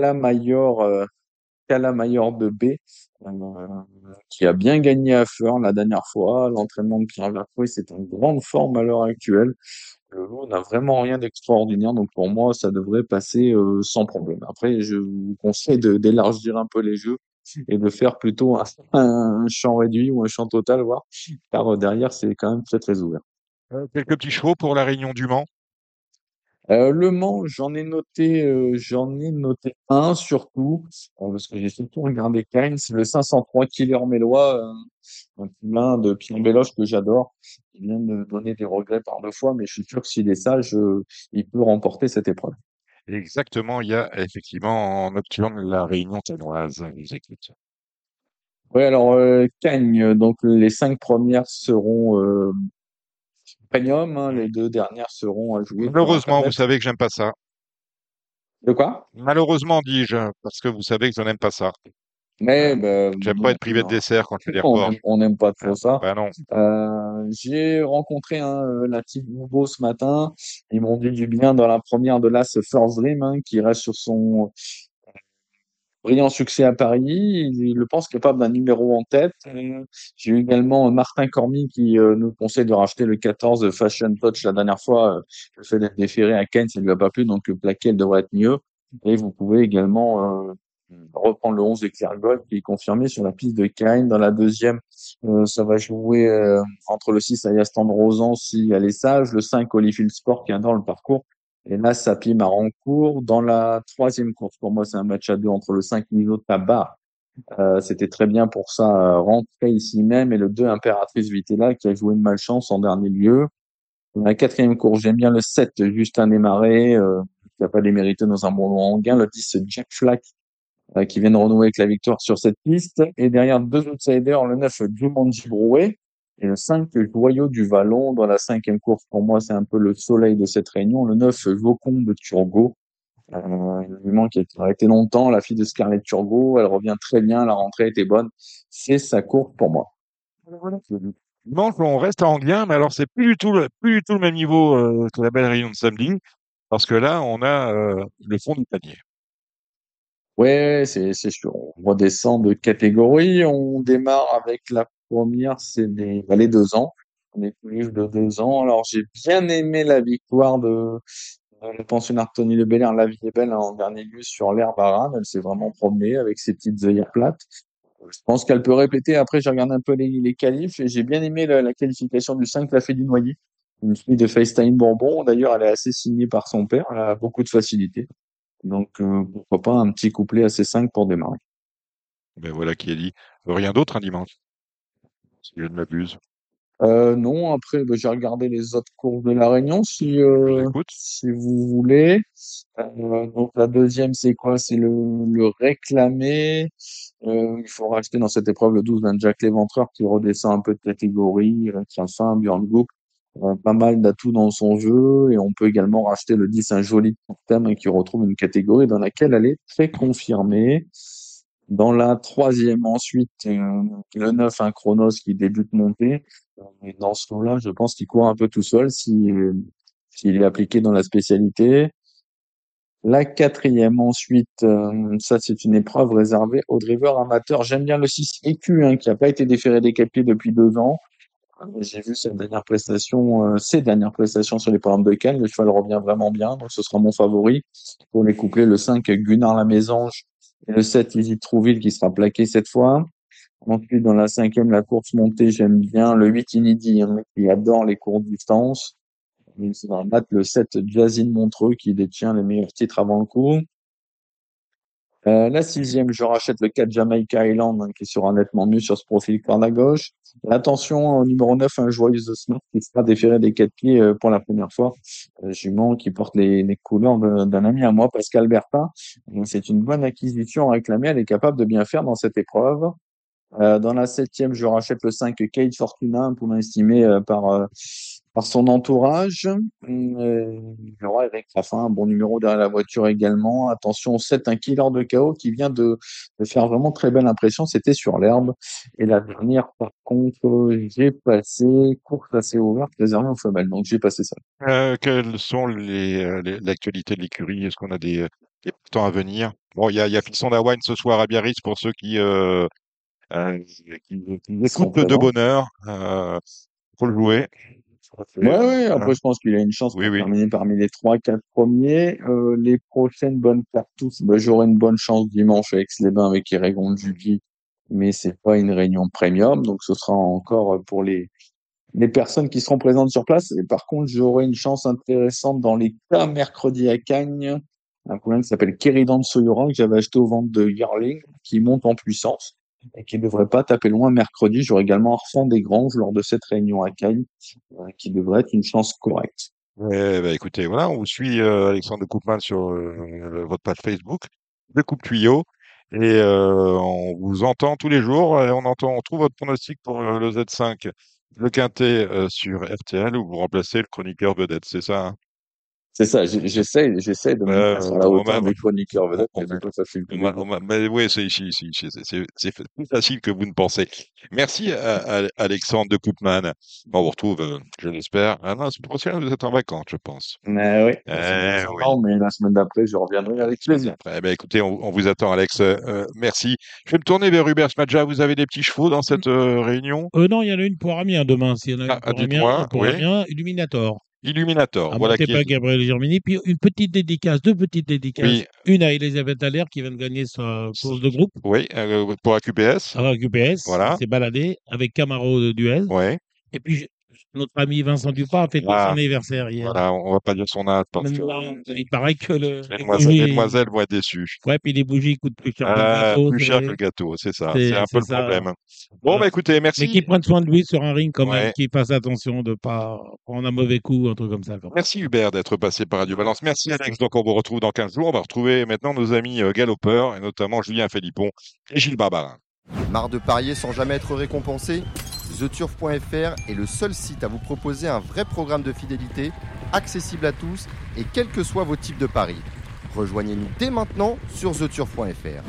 Calamayor de B, euh, qui a bien gagné à Feur la dernière fois. L'entraînement de Pierre Lacroix, c'est en grande forme à l'heure actuelle. Le lot n'a vraiment rien d'extraordinaire, donc pour moi, ça devrait passer sans problème. Après, je vous conseille d'élargir un peu les jeux et de faire plutôt un champ réduit ou un champ total, voire, car derrière, c'est quand même très très ouvert. Quelques petits chevaux pour la Réunion du Mans. Le Mans, j'en ai noté un surtout, parce que j'ai surtout regardé Keynes, le 503 Killer Mélois, un poulain de Pierre Béloche que j'adore. Il vient de me donner des regrets par 2 fois, mais je suis sûr que s'il est sage, il peut remporter cette épreuve. Exactement, il y a effectivement en nocturne la Réunion tanoise. Je vous écoute. Oui, alors Cagnes, donc les 5 premières seront premium, hein, les 2 dernières seront à jouer sur Malheureusement, vous Internet. savez que j'aime pas ça. De quoi? Malheureusement, dis-je, parce que vous savez que je n'aime pas ça. Mais Euh, ben, J'aime moi pas non être plus, privé de hein. dessert quand je fais des On reports. n'aime pas trop ça. Bah non. J'ai rencontré la team Nouveau ce matin. Ils m'ont dit du bien dans la première de l'As First Dream, hein, qui reste sur son brillant succès à Paris. Il le pense capable d'un numéro en tête. J'ai eu également Martin Cormy qui nous conseille de racheter le 14 Fashion Touch la dernière fois. Le fait d'être déféré à Ken, ça lui a pas plu, donc plaqué, elle devrait être mieux. Et vous pouvez également reprendre le 11 de Claire Gold qui est confirmé sur la piste de Caen. Dans la deuxième, ça va jouer entre le 6 Ayas Rosan si elle est sage, le 5 Holyfield Sport qui adore le parcours. Et là, Sapi Marancourt. Dans la troisième course, pour moi, c'est un match à deux entre le 5 Nino Tabar. C'était très bien pour ça, rentrer ici même. Et le 2 Impératrice Vitella, qui a joué une malchance en dernier lieu. Dans la quatrième course, j'aime bien le 7 Justin Desmarais, qui n'a pas démérité dans un bon long en gain. Le 10 Jack Flack, qui viennent renouer avec la victoire sur cette piste. Et derrière, deux outsiders, le 9, Jumanji Brouet, et le 5, Joyau du Vallon. Dans la 5e course, pour moi, c'est un peu le soleil de cette réunion. Le 9, Vaucon de Turgot. Une jument qui a arrêté longtemps, la fille de Scarlett Turgot. Elle revient très bien, la rentrée était bonne. C'est sa course pour moi. Voilà. Dimanche, on reste à Anguien, mais alors c'est plus du tout le même niveau que la belle réunion de samedi, parce que là, on a le fond du panier. Ouais, c'est sûr. On redescend de catégorie. On démarre avec la première, c'est les 2 ans. On est plus de 2 ans. Alors, j'ai bien aimé la victoire de le pensionnaire Tony Le Belair. La vie est belle, hein, en dernier lieu sur l'herbe à Rame. Elle s'est vraiment promenée avec ses petites œillères plates. Je pense qu'elle peut répéter. Après, j'ai regardé un peu les qualifs et j'ai bien aimé la qualification du 5, la fée du Noyer. Une fille de FaceTime Bourbon. D'ailleurs, elle est assez signée par son père. Elle a beaucoup de facilité. Donc, pourquoi pas un petit couplet à C5 pour démarrer. Ben voilà qui est dit. Rien d'autre un dimanche, si je ne m'abuse. Non, après, j'ai regardé les autres courses de la Réunion, Je vous écoute. si vous voulez. Donc, la deuxième, c'est quoi? C'est le réclamé. Il faut racheter dans cette épreuve le 12 d'un Jack Léventreur qui redescend un peu de catégorie, qui a faim, Björn Goop. Pas mal d'atouts dans son jeu. Et on peut également racheter le 10, un joli thème qui retrouve une catégorie dans laquelle elle est très confirmée. Dans la troisième, ensuite, le 9, un Chronos qui débute montée. Et dans ce lot-là, je pense qu'il court un peu tout seul s'il est appliqué dans la spécialité. La quatrième, ensuite, ça c'est une épreuve réservée aux drivers amateurs. J'aime bien le 6 EQ, hein, qui n'a pas été déféré des capiers depuis 2 ans. J'ai vu ses dernières prestations sur les programmes de Cannes. Le cheval revient vraiment bien, donc ce sera mon favori. Pour les couplets, le 5, Gunnar la Mésange, et le 7, Easy Trouville, qui sera plaqué cette fois. Ensuite, dans la 5e, la course montée, j'aime bien le 8, Inédit, un mec qui adore les courtes distances. Il va battre le 7, Jazine Montreux, qui détient les meilleurs titres avant le coup. La 6e, je rachète le 4 Jamaica Island, hein, qui sera nettement mieux sur ce profil corde à gauche. L'attention au numéro 9, un Joyeuse Smart, qui sera déféré des 4 pieds pour la première fois. Jument qui porte les couleurs d'un ami à moi, Pascal Bertin. Donc, c'est une bonne acquisition à réclamer. Elle est capable de bien faire dans cette épreuve. Dans la 7e, je rachète le 5 Kate Fortuna, un poulain estimé par son entourage. Il y aura Eric Raffin, un bon numéro derrière la voiture également. Attention, 7, un Killer de KO qui vient de faire vraiment très belle impression. C'était sur l'herbe. Et la dernière, par contre, j'ai passé course assez ouverte, réservée aux femelles. Donc, j'ai passé ça. Quelles sont l'actualité de l'écurie? Est-ce qu'on a des temps à venir? Bon, il y a Fisson Wine ce soir à Biarritz pour ceux euh, qui Ils seront écoutent de présents. bonne heure. Faut le jouer. Ouais, ouais, Voilà. après, je pense qu'il a une chance Oui, pour oui. terminer parmi les 3, 4 premiers. Les prochaines bonnes cartouches, j'aurai une bonne chance dimanche avec Aix-les-Bains avec Irégon Judy, mais c'est pas une réunion premium, donc ce sera encore pour les personnes qui seront présentes sur place. Et par contre, j'aurai une chance intéressante dans les cas mercredi à Cagnes. Un poulain qui s'appelle Keridan Soyora, que j'avais acheté au ventes de Yearling, qui monte en puissance et qui ne devrait pas taper loin mercredi. J'aurai également Arfan des Granges lors de cette réunion à Cagnes, qui devrait être une chance correcte. Ouais, bah, écoutez, voilà, on vous suit Alexandre de Coupman sur votre page Facebook, de Coupe Tuyau, et on vous entend tous les jours. Et on trouve votre pronostic pour le Z5, le Quintet sur RTL, où vous remplacez le chroniqueur vedette, c'est ça, hein? C'est ça, j'essaie de me mettre à la On hauteur m'a, des chroniqueurs vedettes, on, mais des fois, ça file tous les jours. mais oui, c'est plus facile que vous ne pensez. Merci à Alexandre de Koopman. On vous retrouve, je l'espère. Ah non, c'est prochain, vous êtes en vacances, je pense. Mais oui, la semaine Oui. prochaine, mais la semaine d'après, je reviendrai avec plaisir. Après, ben, écoutez, on vous attend, Alex. Merci. Je vais me tourner vers Hubert Smadja. Vous avez des petits chevaux dans cette réunion? Non, il y en a une pour Amiens demain. S'il y en a une pour Amiens, Dites-moi. Oui. Illuminator. Illuminator. À Voilà monter qui est par dit. Gabriel Germini. Puis une petite dédicace, deux petites dédicaces. Oui. Une à Elisabeth Allaire qui vient de gagner sa course de groupe Oui. Pour AQPS. avec UPS. Elle Voilà. s'est baladée avec Camaro de Duez. Oui. Et puis Notre ami Vincent Dupont a fêté son Ah, anniversaire hier. voilà, on va pas dire son âge parce que Maintenant, il paraît que les les demoiselles bougies, vont être déçues. ouais, puis les bougies coûtent plus cher que le gâteau, Plus c'est cher que vrai. le gâteau, c'est ça. C'est un peu C'est le ça. problème. Bon, bah Voilà. écoutez, Mais merci. qu'il prenne soin de lui sur un ring quand même, Ouais. qu'il fasse attention de pas prendre un mauvais coup, un truc comme ça. Merci Hubert d'être passé par Radio Balance. Merci Alex. Donc on vous retrouve dans 15 jours. On va retrouver maintenant nos amis galopeurs, et notamment Julien Philippon et Gilles Barbarin. Marre de parier sans jamais être récompensé? TheTurf.fr est le seul site à vous proposer un vrai programme de fidélité, accessible à tous et quels que soient vos types de paris. Rejoignez-nous dès maintenant sur TheTurf.fr.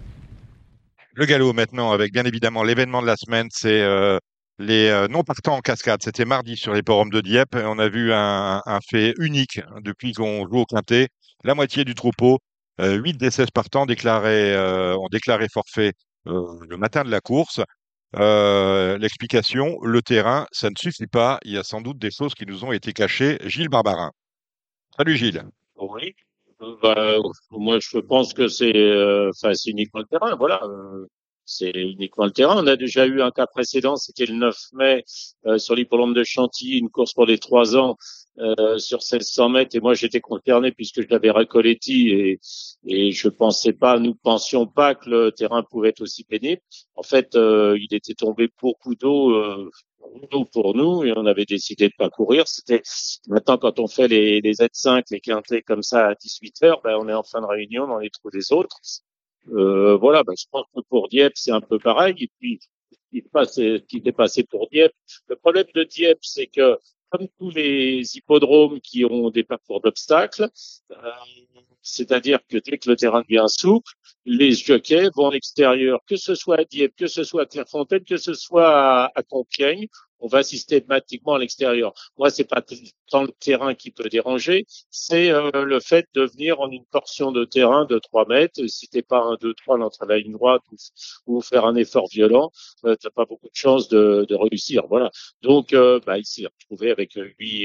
Le galop maintenant, avec bien évidemment l'événement de la semaine, c'est les non-partants en cascade. C'était mardi sur les forums de Dieppe. Et on a vu un fait unique depuis qu'on joue au quintet. La moitié du troupeau, 8 des 16 partants ont déclaré forfait le matin de la course. L'explication, le terrain, ça ne suffit pas. Il y a sans doute des choses qui nous ont été cachées. Gilles Barbarin. Salut Gilles. Oui. Bah, moi, je pense que c'est uniquement le terrain. Voilà. C'est uniquement le terrain. On a déjà eu un cas précédent, c'était le 9 mai sur l'hippodrome de Chantilly, une course pour les 3 ans sur 1600 mètres. Et moi, j'étais concerné puisque je l'avais Recoletti et nous pensions pas que le terrain pouvait être aussi pénible. En fait, il était tombé beaucoup d'eau pour nous et on avait décidé de pas courir. Maintenant quand on fait les Z5, les quintés comme ça à 18 heures, ben on est en fin de réunion dans les trous des autres. Voilà, ben je pense que pour Dieppe c'est un peu pareil. Et puis ce qui s'est passé pour Dieppe. Le problème de Dieppe, c'est que comme tous les hippodromes qui ont des parcours d'obstacles, c'est-à-dire que dès que le terrain devient souple, les jockeys vont à l'extérieur, que ce soit à Dieppe, que ce soit à Clairefontaine, que ce soit à Compiègne, on va systématiquement à l'extérieur. Moi, c'est pas tant le terrain qui peut déranger, c'est le fait de venir en une portion de terrain de 3 mètres. Si t'es pas un 2-3 dans la ligne droite ou faire un effort violent, t'as pas beaucoup de chances de réussir. Voilà. Donc, il s'est retrouvé avec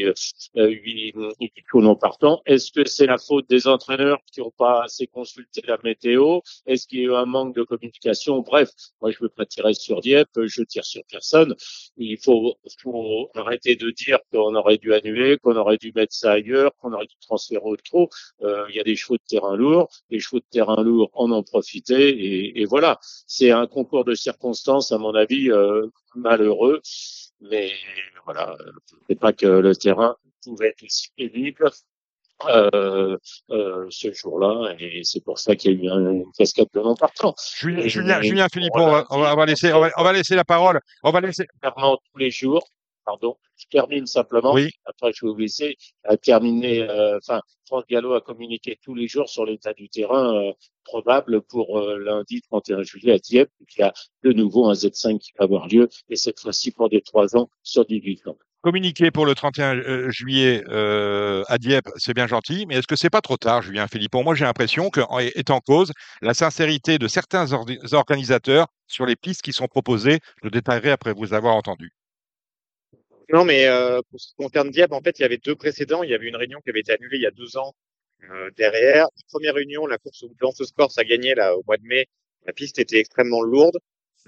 8 non partants. Est-ce que c'est la faute des entraîneurs qui n'ont pas assez consulté la météo? Est-ce qu'il y a eu un manque de communication? Bref, moi, je veux pas tirer sur Dieppe, je tire sur personne. Il faut arrêter de dire qu'on aurait dû annuler, qu'on aurait dû mettre ça ailleurs, qu'on aurait dû transférer au trot. Il y a des chevaux de terrain lourds. Les chevaux de terrain lourds en ont profité et voilà. C'est un concours de circonstances, à mon avis, malheureux. Mais voilà, c'est pas que le terrain pouvait être aussi pénible ce jour-là, et c'est pour ça qu'il y a eu une cascade de non-partants. Julien Philippon, on va laisser la parole. On va laisser. Clairement tous les jours. Pardon, je termine simplement. Oui. Après, je vais vous laisser terminer. France Gallo a communiqué tous les jours sur l'état du terrain probable pour lundi 31 juillet à Dieppe. Il y a de nouveau un Z5 qui va avoir lieu, et cette fois-ci pour des 3 ans sur 18 ans. Communiqué pour le 31 juillet à Dieppe, c'est bien gentil, mais est-ce que c'est pas trop tard, Julien Philippon? Moi, j'ai l'impression qu'est en cause la sincérité de certains organisateurs sur les pistes qui sont proposées. Je détaillerai après vous avoir entendu. Non, mais pour ce qui concerne Dieppe, en fait, il y avait 2 précédents. Il y avait une réunion qui avait été annulée il y a 2 ans derrière. La première réunion, la course où Blanc Score a gagné là, au mois de mai, la piste était extrêmement lourde.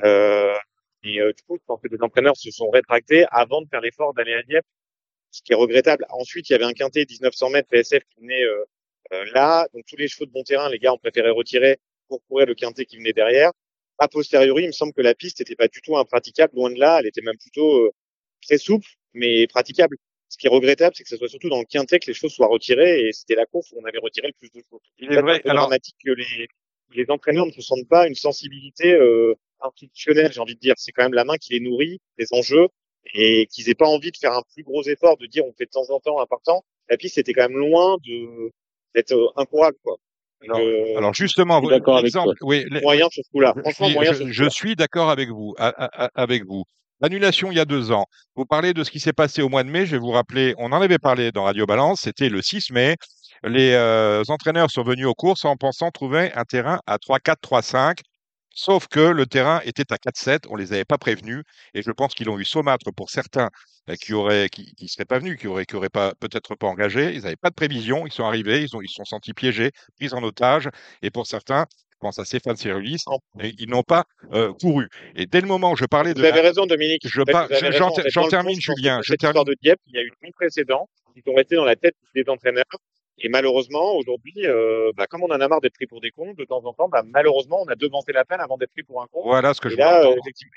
Du coup, je pense que les entraîneurs se sont rétractés avant de faire l'effort d'aller à Dieppe, ce qui est regrettable. Ensuite, il y avait un quintet 1900 mètres PSF qui venait là. Donc, tous les chevaux de bon terrain, les gars ont préféré retirer pour courir le quintet qui venait derrière. A posteriori, il me semble que la piste n'était pas du tout impraticable. Loin de là, elle était même plutôt très souple, mais praticable. Ce qui est regrettable, c'est que ce soit surtout dans le quintet que les chevaux soient retirés, et c'était la course où on avait retiré le plus de chevaux. Il est vrai. C'est dramatique que les entraîneurs ne se sentent pas une sensibilité institutionnelle, j'ai envie de dire. C'est quand même la main qui les nourrit, les enjeux, et qu'ils aient pas envie de faire un plus gros effort, de dire on fait de temps en temps un partant. La piste était quand même loin d'être incourable, quoi. Alors justement, exemple, oui, moyen sur ce coup-là. Franchement, moyen sur ce je suis d'accord avec vous. Avec vous. L'annulation il y a 2 ans. Vous parlez de ce qui s'est passé au mois de mai. Je vais vous rappeler, on en avait parlé dans Radio Balance. C'était le 6 mai. Les entraîneurs sont venus aux courses en pensant trouver un terrain à 3-4, 3-5. Sauf que le terrain était à 4-7. On les avait pas prévenus. Et je pense qu'ils ont eu saumâtre pour certains qui seraient pas venus, qui auraient pas, peut-être pas engagé. Ils n'avaient pas de prévision. Ils sont arrivés. Ils se sont sentis piégés, pris en otage. Et pour certains, pense à Stéphane Cyrulis, En- et ils n'ont pas couru. Et dès le moment où je parlais Vous avez raison, Dominique. je En fait, par- vous avez je- raison. j'en En fait, j'en dans le fond, termine, je pense que Julien, sur je cette histoire termine. de Dieppe, il y a eu 8 précédents qui sont restés dans la tête des entraîneurs. Et malheureusement, aujourd'hui, comme on en a marre d'être pris pour des cons, de temps en temps, malheureusement, on a devancé la peine avant d'être pris pour un con. Voilà ce que Et je voulais là, entendre. effectivement,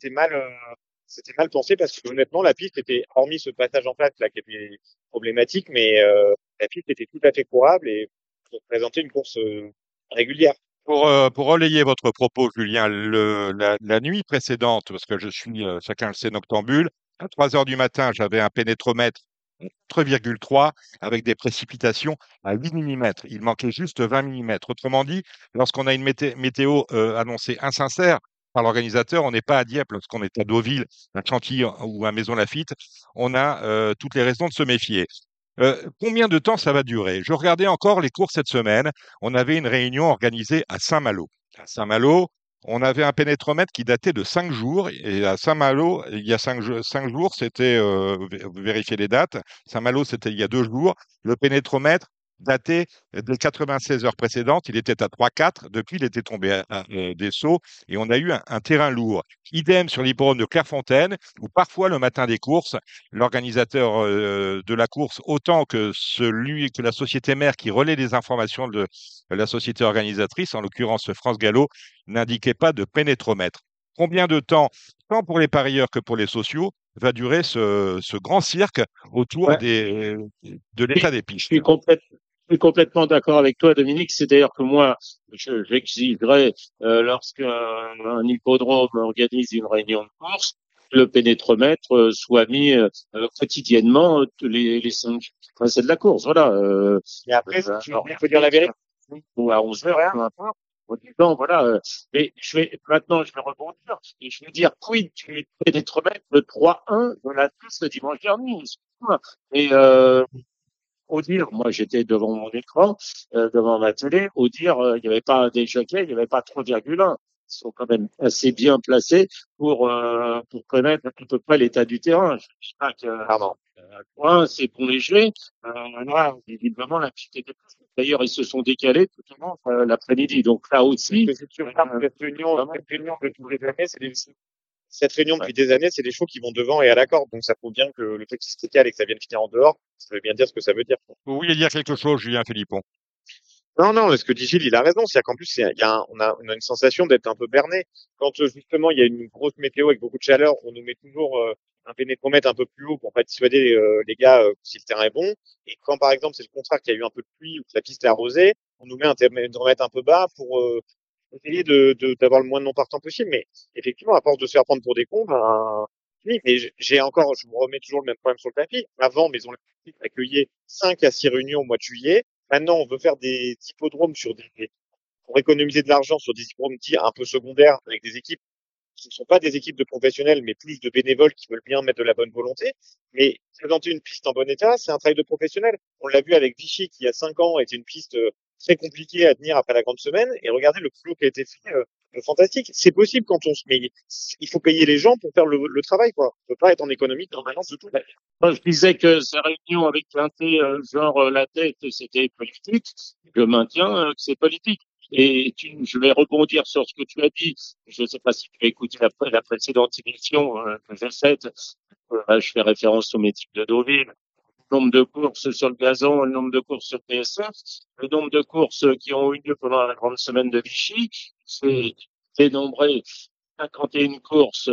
c'était mal pensé parce que honnêtement, la piste était, hormis ce passage en face là qui était problématique, mais la piste était tout à fait courable et pour présenter une course régulière. Pour relayer votre propos, Julien, la nuit précédente, parce que je suis, chacun le sait, noctambule, à 3 heures du matin, j'avais un pénétromètre 4,3 avec des précipitations à 8 millimètres. Il manquait juste 20 millimètres. Autrement dit, lorsqu'on a une météo annoncée insincère par l'organisateur, on n'est pas à Dieppe, lorsqu'on est à Deauville, à Chantilly ou à Maison-Lafitte, on a toutes les raisons de se méfier. Combien de temps ça va durer? Je regardais encore les cours cette semaine. On avait une réunion organisée à Saint-Malo. À Saint-Malo, on avait un pénétromètre qui datait de 5 jours. Et à Saint-Malo, il y a 5 jours, c'était, vérifier les dates. Saint-Malo, c'était il y a 2 jours. Le pénétromètre datait des 96 heures précédentes. Il était à 3,4. Depuis, il était tombé à des sauts et on a eu un terrain lourd. Idem sur l'hippodrome de Clairefontaine, où parfois, le matin des courses, l'organisateur de la course, autant que celui que la société mère qui relaie les informations de la société organisatrice, en l'occurrence France Gallo, n'indiquait pas de pénétromètre. Combien de temps, tant pour les parieurs que pour les sociaux, va durer ce grand cirque autour Ouais. de l'état des Je pistes? je suis complètement d'accord avec toi, Dominique. C'est d'ailleurs que moi, j'exigerais, lorsqu'un un hippodrome organise une réunion de course, que le pénétromètre soit mis quotidiennement les 5 c'est de la course, voilà. Et après, Alors, il faut dire la vérité. ou à 11 heures, peu importe. En disant, voilà, mais maintenant, je vais rebondir et je vais dire, quid du pénétromètre le 3-1 de la course le dimanche dernier. Excuse-moi. Et, au dire, moi j'étais devant mon écran, devant ma télé, au dire, il n'y avait pas des jockeys, il n'y avait pas 3,1. Ils sont quand même assez bien placés pour connaître à peu près l'état du terrain. Je ne dis pas que point, c'est pour les gelés. Là, visiblement, la piste était plus. D'ailleurs, ils se sont décalés tout au long l'après-midi. Donc là aussi, C'est sûr, cette réunion de tous les années, cette réunion depuis des années, c'est des chevaux qui vont devant et à la corde. Donc ça prouve bien que le fait qu'ils se décalent et que ça vienne finir en dehors, ça veut bien dire ce que ça veut dire. Vous vouliez dire quelque chose, Julien Philippon? Non, non, ce que dit Gilles, il a raison. C'est-à-dire qu'en plus, on a une sensation d'être un peu berné. Quand justement il y a une grosse météo avec beaucoup de chaleur, on nous met toujours un pénétromètre un peu plus haut pour pas dissuader les gars si le terrain est bon. Et quand par exemple c'est le contraire, qu'il y a eu un peu de pluie ou que la piste est arrosée, on nous met un pénétromètre un peu bas pour essayer d'avoir le moins de non-partants possible. Mais effectivement, à force de se faire prendre pour des cons, oui, mais je vous remets toujours le même problème sur le tapis. Avant, Maison Olympique accueillait 5 à 6 réunions au mois de juillet. Maintenant, on veut faire des hippodromes pour économiser de l'argent sur des hippodromes dits un peu secondaires avec des équipes qui ne sont pas des équipes de professionnels, mais plus de bénévoles qui veulent bien mettre de la bonne volonté. Mais présenter une piste en bon état, c'est un travail de professionnel. On l'a vu avec Vichy, qui il y a 5 ans était une piste très compliquée à tenir après la grande semaine. Et regardez le boulot qui a été fait, fantastique. C'est possible quand on se met. Il faut payer les gens pour faire le travail, quoi. On peut pas être en économie permanente de tout. moi, je disais que ces réunions avec l'inté, la tête, c'était politique. Je maintiens que c'est politique. Et je vais rebondir sur ce que tu as dit. Je ne sais pas si tu as écouté la précédente émission que j'ai faite. Je fais référence au métier de Deauville. Le nombre de courses sur le gazon, le nombre de courses sur PSF, le nombre de courses qui ont eu lieu pendant la grande semaine de Vichy, c'est dénombré 51 courses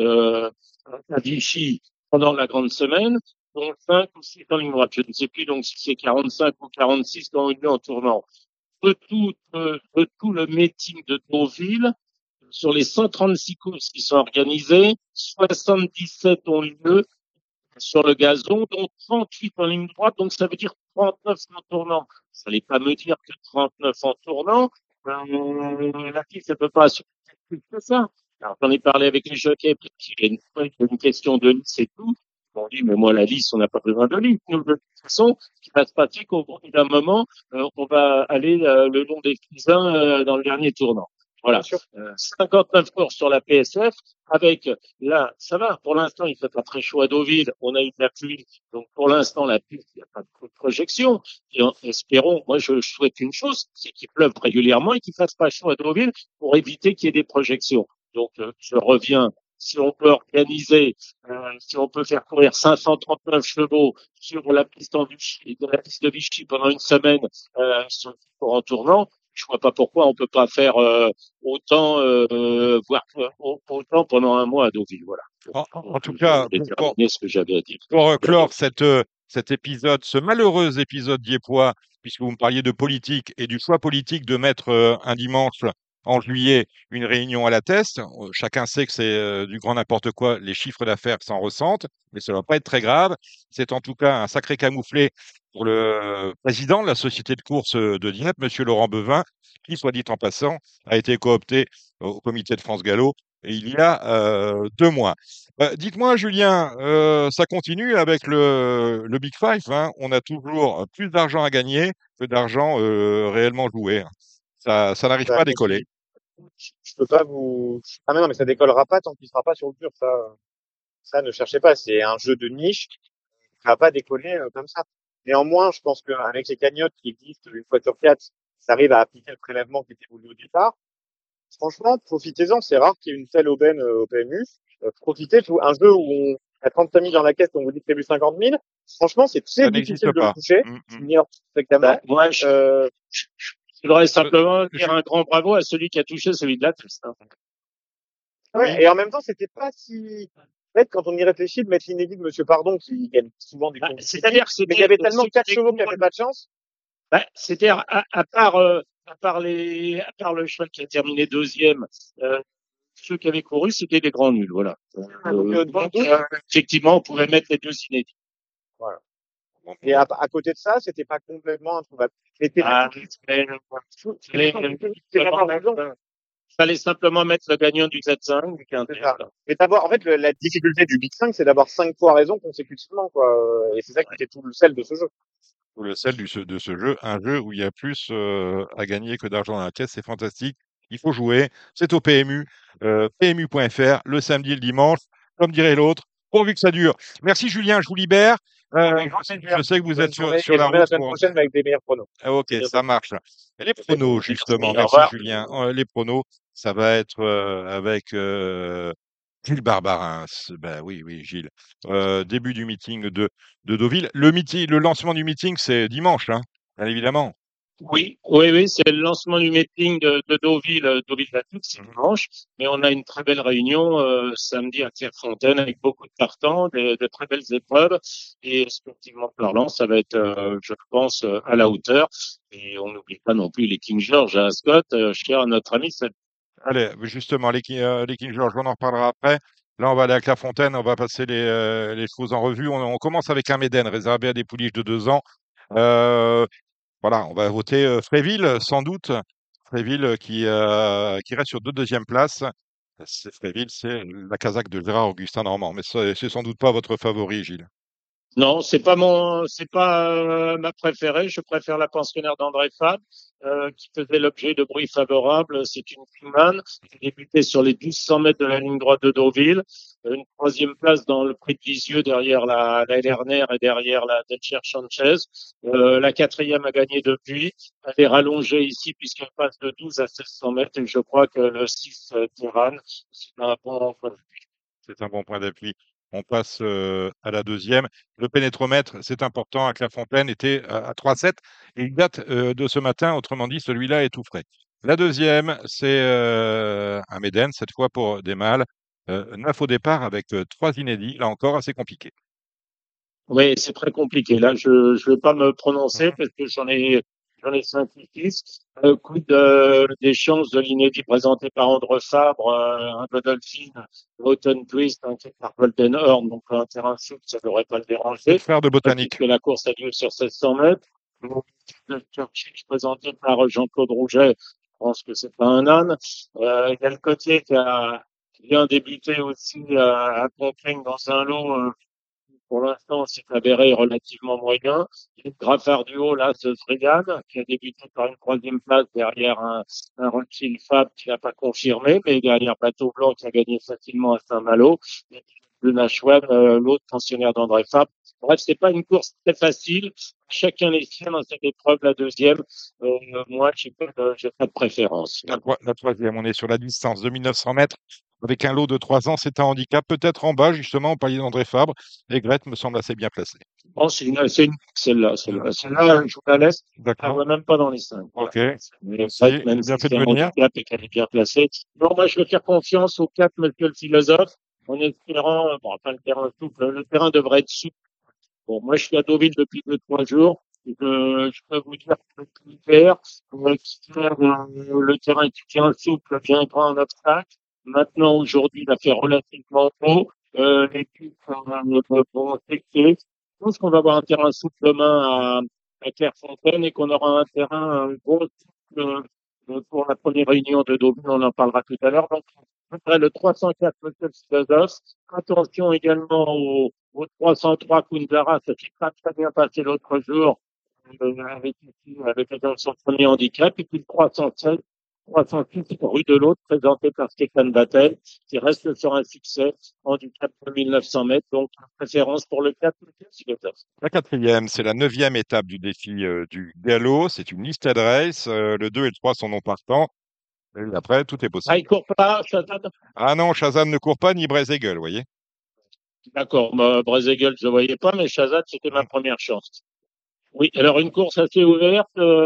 à Vichy pendant la grande semaine, dont 5 ou 6 en ligne droite. Je ne sais plus donc si c'est 45 ou 46 qui ont eu lieu en tournant. De tout le meeting de Deauville, sur les 136 courses qui sont organisées, 77 ont eu lieu sur le gazon, dont 38 en ligne droite, donc ça veut dire 39 en tournant. Vous n'allez pas me dire que 39 en tournant, la piste ne peut pas assurer plus que ça. Alors, j'en ai parlé avec les jockeys, il y a une question de lisse et tout. On dit, mais moi, la lisse, on n'a pas besoin de lisse. Nous, de toute façon, ce qui va se passer qu'au bout d'un moment, on va aller le long des fusains dans le dernier tournant. Voilà. Bien sûr. 59 courses sur la PSF. Avec, là, ça va. Pour l'instant, il fait pas très chaud à Deauville. On a eu de la pluie. Donc, pour l'instant, la pluie, il n'y a pas de projection. Et espérons, moi, je souhaite une chose, c'est qu'il pleuve régulièrement et qu'il fasse pas chaud à Deauville pour éviter qu'il y ait des projections. Donc, je reviens. Si on peut organiser, si on peut faire courir 539 chevaux sur la piste de Vichy pendant une semaine, en tournant, je vois pas pourquoi on peut pas faire autant, voire autant pendant un mois à Deauville. Voilà. En tout cas, J'ai terminé ce que j'avais à dire. pour clore cet épisode, ce malheureux épisode diepois, puisque vous me parliez de politique et du choix politique de mettre un dimanche en juillet une réunion à la Teste. Chacun sait que c'est du grand n'importe quoi, les chiffres d'affaires s'en ressentent, mais ça ne va pas être très grave. C'est en tout cas un sacré camouflet pour le président de la société de course de Dieppe, Monsieur Laurent Bevin, qui, soit dit en passant, a été coopté au comité de France Gallo il y a 2 mois. Dites-moi, Julien, ça continue avec le Big Five, hein. On a toujours plus d'argent à gagner que d'argent réellement joué, hein. Ça n'arrive Ça pas à décoller. je peux pas vous. Ah mais non, mais ça décollera pas tant qu'il sera pas sur le dur. Ça ne cherchez pas. C'est un jeu de niche. Ça va pas décoller comme ça. Néanmoins, je pense qu'avec les cagnottes qui existent une fois sur quatre, ça arrive à appliquer le prélèvement qui était voulu au départ. Franchement, profitez-en. C'est rare qu'il y ait une telle aubaine au PMU. Profitez. Un jeu où on a 35 000 dans la caisse, on vous distribue 50 000. Franchement, c'est très Ça difficile n'existe de le pas. toucher. J'ignore fréquemment. Moi, Euh, je voudrais simplement dire un grand bravo à celui qui a touché celui de la Teste, hein. ouais, et en même temps, c'était pas si bête quand on y réfléchit de mettre l'inédit de Monsieur Pardon qui gagne souvent des courses. C'est-à-dire que Mais il y avait tellement 4 chevaux qui avaient pas de chance. c'est-à-dire à part le cheval qui a terminé deuxième, ceux qui avaient couru, c'était des grands nuls, voilà. Effectivement, on pouvait mettre les deux inédits. Voilà. Et à côté de ça, c'était pas complètement introuvable. Fallait simplement mettre le gagnant du Z5, du Quintet. Mais d'abord, en fait, la difficulté du Big 5, c'est d'avoir 5 fois raison consécutivement, quoi. Et c'est ça qui était tout le sel de ce jeu. Tout le sel de ce jeu, un jeu où il y a plus à gagner que d'argent dans la caisse, c'est fantastique. Il faut jouer, c'est au PMU, PMU.fr, le samedi et le dimanche, comme dirait l'autre, pourvu que ça dure. Merci Julien, je vous libère. Je sais que vous êtes sur la route. La semaine prochaine avec des meilleurs pronos. Ah, ok, ça marche. Et les pronos, justement. Merci, Merci au revoir. Julien. Les pronos, ça va être avec Gilles Barbarin. Ben oui, oui, Gilles. Début du meeting de Deauville. Le lancement du meeting, c'est dimanche, hein, bien évidemment. Oui, c'est le lancement du meeting de Deauville, Deauville-la-Tuque, c'est dimanche, mais on a une très belle réunion samedi à Clairefontaine avec beaucoup de partants, de très belles épreuves, et sportivement parlant, ça va être, je pense, à la hauteur. Et on n'oublie pas non plus les King George à Ascot, cher à notre ami. Allez, justement, les King George, on en reparlera après. Là, on va aller à Clairefontaine, on va passer les choses en revue. On commence avec un Méden réservé à des pouliches de 2 ans. Voilà, on va voter Fréville, sans doute. Fréville qui reste sur 2 places. Fréville, c'est la casaque de Gérard Augustin Normand. Mais c'est sans doute pas votre favori, Gilles. Non, c'est pas ma préférée. Je préfère la pensionnaire d'André Fab, qui faisait l'objet de bruits favorables. C'est une Kingman qui débutait sur les 1200 mètres de la ligne droite de Deauville. Une 3e place dans le prix de Lisieux derrière la Lerner et derrière la Delcher Sanchez. La 4e a gagné depuis. Elle est rallongée ici puisqu'elle passe de 12 à 1600 mètres et je crois que le 6 Tyrann, c'est un bon point d'appui. C'est un bon point d'appui. On passe à la 2e. Le pénétromètre, c'est important, à Clairefontaine, était à 3,7 et il date de ce matin. Autrement dit, celui-là est tout frais. La 2e, c'est un Méden, cette fois pour des mâles. 9 au départ avec 3 inédits. Là encore, assez compliqué. Oui, c'est très compliqué. Là, je vais pas me prononcer parce que j'en ai 5 ou 6. Des chances de l'inédit présenté par André Fabre, un Godolphin, Autumn Twist, un par Golden Horn, donc un terrain souple, ça devrait pas le déranger. Frère de botanique. Puisque la course a lieu sur 1600 mètres. Le Churchill présenté par Jean-Claude Rouget, je pense que c'est pas un âne. Il y a le côté qui vient débuter aussi à Compiègne dans un lot, pour l'instant, c'est avéré relativement moyen. Il y a Graffard du haut, là, ce Sregan, qui a débuté par une troisième place derrière un Rothschild Fab qui n'a pas confirmé, mais derrière Bateau Blanc qui a gagné facilement à Saint-Malo. Et puis, le Nashwan, l'autre pensionnaire d'André Fab. Bref, c'est pas une course très facile. Chacun les siens dans cette épreuve, la deuxième. Moi, j'ai pas de préférence. La troisième, on est sur la distance de 1900 mètres avec un lot de 3 ans. C'est un handicap, peut-être en bas, justement, au palier d'André Fabre. Et Grette me semble assez bien placée. Bon, celle-là. Celle-là, je vous la laisse. Je la D'accord. vois même pas dans les 5. Ok. Mais Merci. Grette, même Bien si fait de c'est un venir. handicap et qu'elle est bien placée. Non, moi, je veux faire confiance aux 4, monsieur le philosophe, en espérant, bon, enfin, le terrain souple, le terrain devrait être souple. Bon, moi, je suis à Deauville depuis 2-3 jours. Je peux vous dire que l'hiver, le terrain qui tient souple vient grand en obstacle. Maintenant, aujourd'hui, il a fait relativement beau. Les pistes vont secter. Je pense qu'on va avoir un terrain souple demain à Clairefontaine et qu'on aura un terrain bon souple pour la première réunion de Deauville. On en parlera tout à l'heure. Donc, après le 304, Monsieur Philosophe. Attention également au 303 Kunzara, ça s'est pas très bien passé l'autre jour avec son premier handicap. Et puis le 307, 306 rue de l'Autre, présenté par Stéphane Battel, qui reste sur un succès, handicap de 1900 mètres, donc préférence pour le 4. La quatrième, c'est la 9e étape du défi du galop. C'est une listed race. Le 2 et le 3 sont non partants. Et après, tout est Ah, possible. il court pas, Shazad? Ah non, Shazam ne court pas, ni Brézégueule, vous voyez. D'accord, Brézégueule, je ne voyais pas, mais Shazad, c'était ma première chance. Oui, alors une course assez ouverte.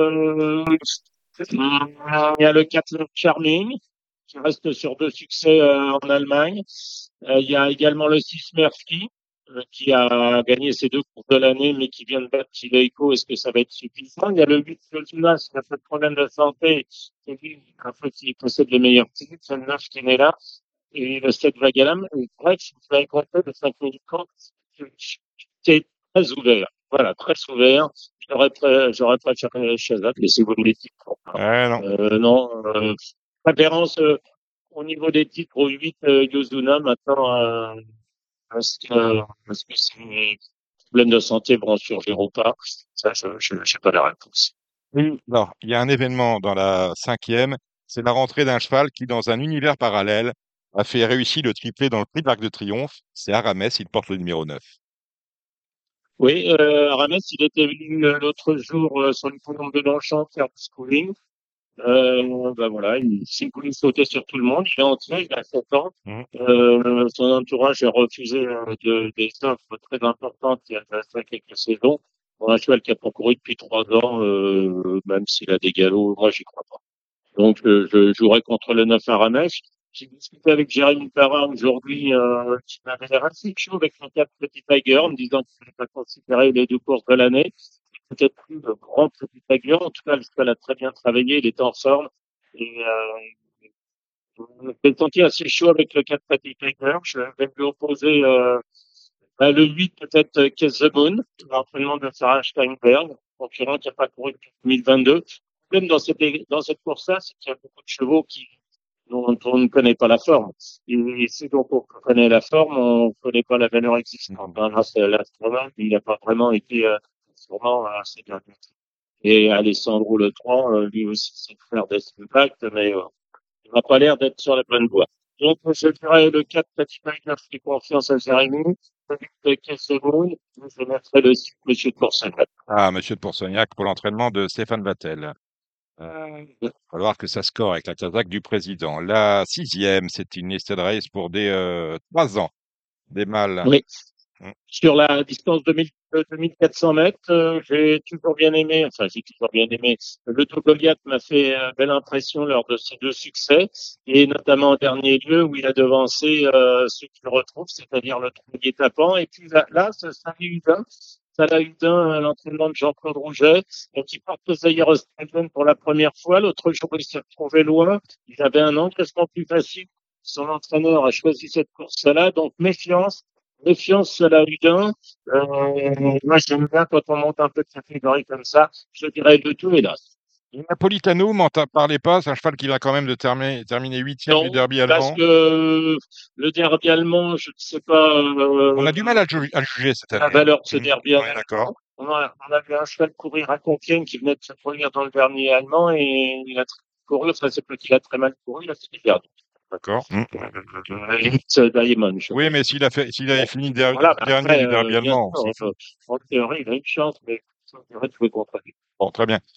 Il y a le 4 Love Charming, qui reste sur 2 succès en Allemagne. Il y a également le 6 Mersky, qui a gagné ses 2 courses de l'année, mais qui vient de battre Chileiko. Est-ce que ça va être suffisant? Il y a le 8 Jonas, qui a fait de problème de santé, et lui, en fait, il possède les meilleurs titres. C'est le 9 qui est là. Et le 7 Vagalam. Bref, si vous avez compris, le 5 Millicamp, c'est très ouvert. Voilà, très ouvert. J'aurais préféré Shazad, mais si vous me dites. Non. Non, préférence au niveau des titres au 8 Yozuna. Maintenant, est-ce que ces problèmes de santé vont surgir ou pas? Ça, je n'ai pas la réponse. Oui. Alors, il y a un événement dans la 5e. C'est la rentrée d'un cheval qui, dans un univers parallèle, a fait réussir le triplé dans le prix de l'Arc de Triomphe. C'est Aramès, il porte le numéro 9. Oui, Aramis, il était venu l'autre jour sur le podium de Longchamp faire du schooling. Ben voilà, il s'est voulu sauter sur tout le monde. Il est entré, il a 7 ans. Mhm. Son entourage a refusé des offres très importantes il y a quelques saisons. Pour un cheval qui a pas couru depuis 3 ans, même s'il a des galops, moi j'y crois pas. Donc je jouerai contre le 9 Aramis. J'ai discuté avec Jérémy Perrin aujourd'hui, qui m'avait l'air assez chaud avec son 4 Petit Tiger, en me disant qu'il ne fallait pas considérer les 2 courses de l'année. Peut-être plus le grand Petit Tiger. En tout cas, le cheval a très bien travaillé, il est en forme. Et je vais senti assez chaud avec le 4 Petit Tiger. Je vais lui opposer le 8, peut-être Kiss the Moon, l'entraînement de Sarah Steinberg, concurrent qui n'a pas couru depuis 2022. Le problème dans cette course-là, c'est qu'il y a beaucoup de chevaux dont on ne connaît pas la forme. Et si donc on connaît la forme, on ne connaît pas la valeur existante. Là, c'est l'astronome, il n'a pas vraiment été sûrement assez bien. Et Alessandro Le 3, lui aussi, c'est le frère d'Impact, mais il n'a pas l'air d'être sur la bonne voie. Donc, je dirais le 4 Petit Tiger, je fais confiance à Jérémy. Le 8 Kiss the Moon, je mettrai le 6 Monsieur de Pourcenac. Ah, Monsieur de Pourcenac pour l'entraînement de Stéphane Vattel. Il va falloir que ça score avec la Kazakh du président. La 6e, c'est une listed race pour des 3 ans, des mâles. Oui. Mm. Sur la distance de 2400 mètres, j'ai toujours bien aimé, le Tour Goliath m'a fait belle impression lors de ses 2 succès, et notamment en dernier lieu où il a devancé ceux qu'il retrouve, c'est-à-dire le premier tapant. Et puis là Salah Hudin, l'entraînement de Jean-Claude Rouget, qui porte le Zaire Australian pour la première fois. L'autre jour, il s'est retrouvé loin. Il avait un encaissement plus facile. Son entraîneur a choisi cette course-là, donc méfiance à la Hudin. Moi, j'aime bien quand on monte un peu de catégorie comme ça. Je dirais le tout, hélas. Le Napolitano, m'en parlez pas, c'est un cheval qui vient quand même de terminer 8e du Non, derby parce allemand. que le derby allemand, je ne sais pas On a du mal à le juger cette la année. valeur de ce derby Ouais, d'accord. allemand. On a vu un cheval courir à Compiègne qui venait de se produire dans le dernier allemand et il a couru, enfin c'est pas qu'il a très mal couru, il a fini perdu. D'accord. Elite Diamond, je Oui, crois. mais s'il avait fini Voilà, dernier après, du derby bien allemand, on s'en sûr, fout. en théorie, il a une chance, mais il devrait jouer contre lui. Bon, très bien.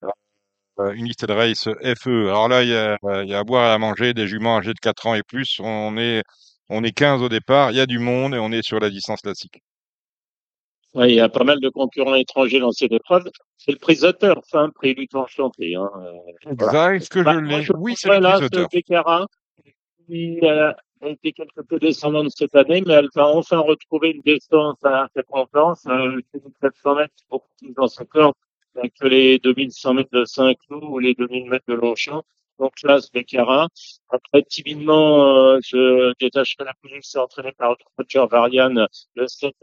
Unité de Race FE. Alors là, il y a à boire et à manger, des juments âgés de 4 ans et plus. On est 15 au départ, il y a du monde et on est sur la distance classique. Ouais, il y a pas mal de concurrents étrangers dans cette épreuve. C'est le prix Zutter, enfin, prix lui enchanté. Voilà. Exact, est-ce que je Moi, l'ai? je Oui, c'est le prendrais prix là ce Sauter. Beccara qui a été quelque peu descendante cette année, mais elle va enfin retrouver une descente à sa confiance. Les 700 mètres, c'est beaucoup plus dans son corps que les 2100 mètres de Saint-Cloud ou les 2000 mètres de Longchamp. Donc là, ce Beccara. Après, timidement, je détacherai la police, c'est entraîné par Roger Varian, le 7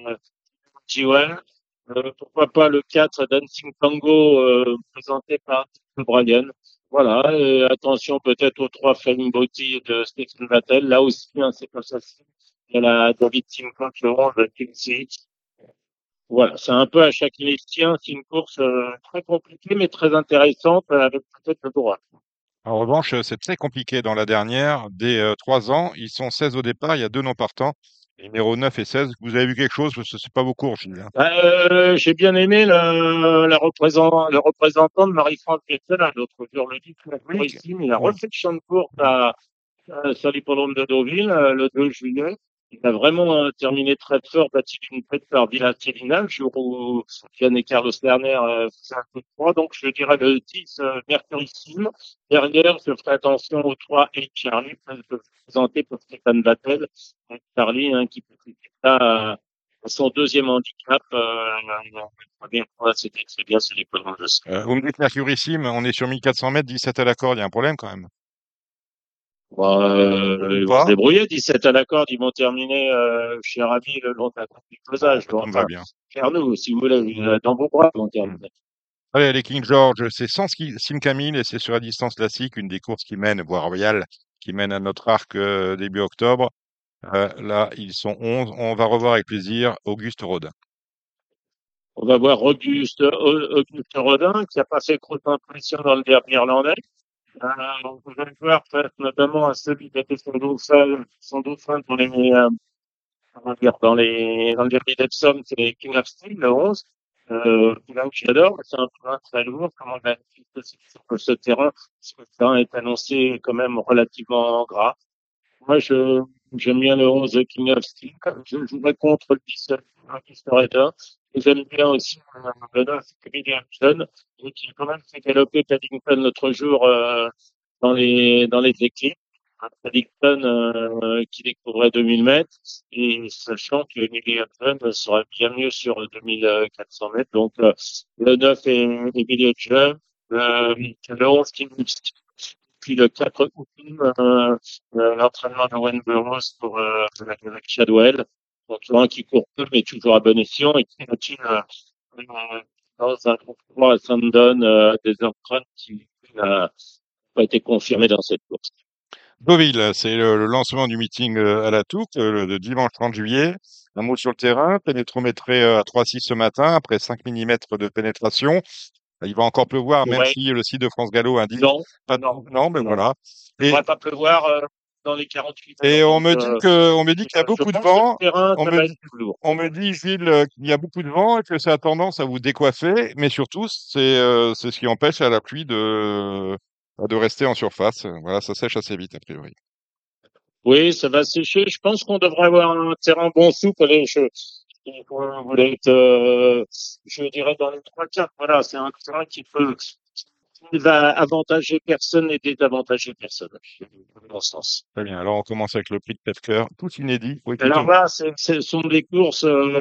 Jewel. Pourquoi pas le 4 Dancing Tango présenté par Brian. Voilà, et attention peut-être aux 3 Flying Booty de Stephen Vattel. Là aussi, hein, c'est pas facile. Il y a la David Simcock, le 11 de Kinsey. Voilà, c'est un peu à chaque Sien. C'est une course très compliquée mais très intéressante avec peut-être le droit. En revanche, c'est très compliqué dans la dernière. Des 3 ans, ils sont 16 au départ, il y a 2 non partants, les numéros 9 et 16. Vous avez vu quelque chose? Parce que c'est pas vos courses, Gilles, hein. J'ai bien aimé le représentant de Marie-France Pietela, l'autre jour le dit, Oui, ici, mais il a oui. refait le champ de course sur l'hippodrome de Deauville le 2 juillet. Il a vraiment terminé très fort, battu d'une tête par Villa Celina, le jour où Yann et Carlos Lerner faisaient un coup de 3. Donc, je dirais le 10, Mercurissime. Derrière, je ferai attention aux 3 et Charlie, présenté par Stéphane Vattel. Et Charlie, hein, qui peut ça à son deuxième handicap. Première fois, c'était très bien, c'est l'hippodrome de Sceaux. Vous me dites Mercurissime, on est sur 1400 mètres, 17 à la corde, il y a un problème quand même. Bon, Ou ils vont se pas? débrouiller. 17 à la corde, ils vont terminer chez Ravi le long de la courbe du Bon, pesage. bah, ça me va Enfin, bien. faire nous, si vous voulez, dans vos bras, ils vont terminer. Allez, les King George, c'est sans Sim Camille et c'est sur la distance classique, une des courses qui mène, voire royale, qui mène à notre arc début octobre. Là, ils sont 11. On va revoir avec plaisir Auguste Rodin. On va voir Auguste Rodin, qui a pas fait grosse impression dans le derby irlandais. On va le voir face notamment à celui qui a été son dauphin pour comment dire, dans le derby d'Epsom, c'est King of Steel, le 11. Là que j'adore, c'est un terrain très lourd, comme on a dit sur ce terrain, parce que le terrain est annoncé quand même relativement gras. Moi, j'aime bien le 11 King of Steel. Je jouerais contre le 17 Manchester United. Et j'aime bien aussi le 9 Comedian John, qui a quand même fait galoper Paddington l'autre jour dans les équipes. Un Paddington qui découvrait 2000 mètres et sachant que Emily Hudson serait bien mieux sur 2400 mètres. Donc, le 9 est Emily Hudson, le 11 qui puis le 4 août, l'entraînement de Wayne Burroughs pour avec Chadwell. Donc, un qui court peu, mais toujours à bon escient et qui continue dans un groupe 3 à Sandon, des empreintes qui n'a pas été confirmées dans cette course. Deauville, c'est le lancement du meeting à la Touque, le dimanche 30 juillet. Un mot sur le terrain, pénétrométré à 3,6 ce matin, après 5 millimètres de pénétration. Il va encore pleuvoir, même Ouais, si le site de France Gallo indique non, pas non, non, mais non. voilà. Il ne Et, devrait pas pleuvoir dans les 48 et heures. on Donc, me dit qu'il y a je beaucoup de pense que le vent. terrain, On ça me va dit, être plus lourd. on me dit, Gilles, qu'il y a beaucoup de vent et que ça a tendance à vous décoiffer, mais surtout, c'est ce qui empêche à la pluie de rester en surface. Voilà, ça sèche assez vite, a priori. Oui, ça va sécher. Je pense qu'on devrait avoir un terrain bon souple. Allez, il voulait être, je dirais, dans les 3 quarts. Voilà, c'est un terrain qui va avantager personne et désavantager personne, dans mon sens. Très bien. Alors, on commence avec le prix de Pefker, tous inédits. Oui, Alors là, ce sont des courses,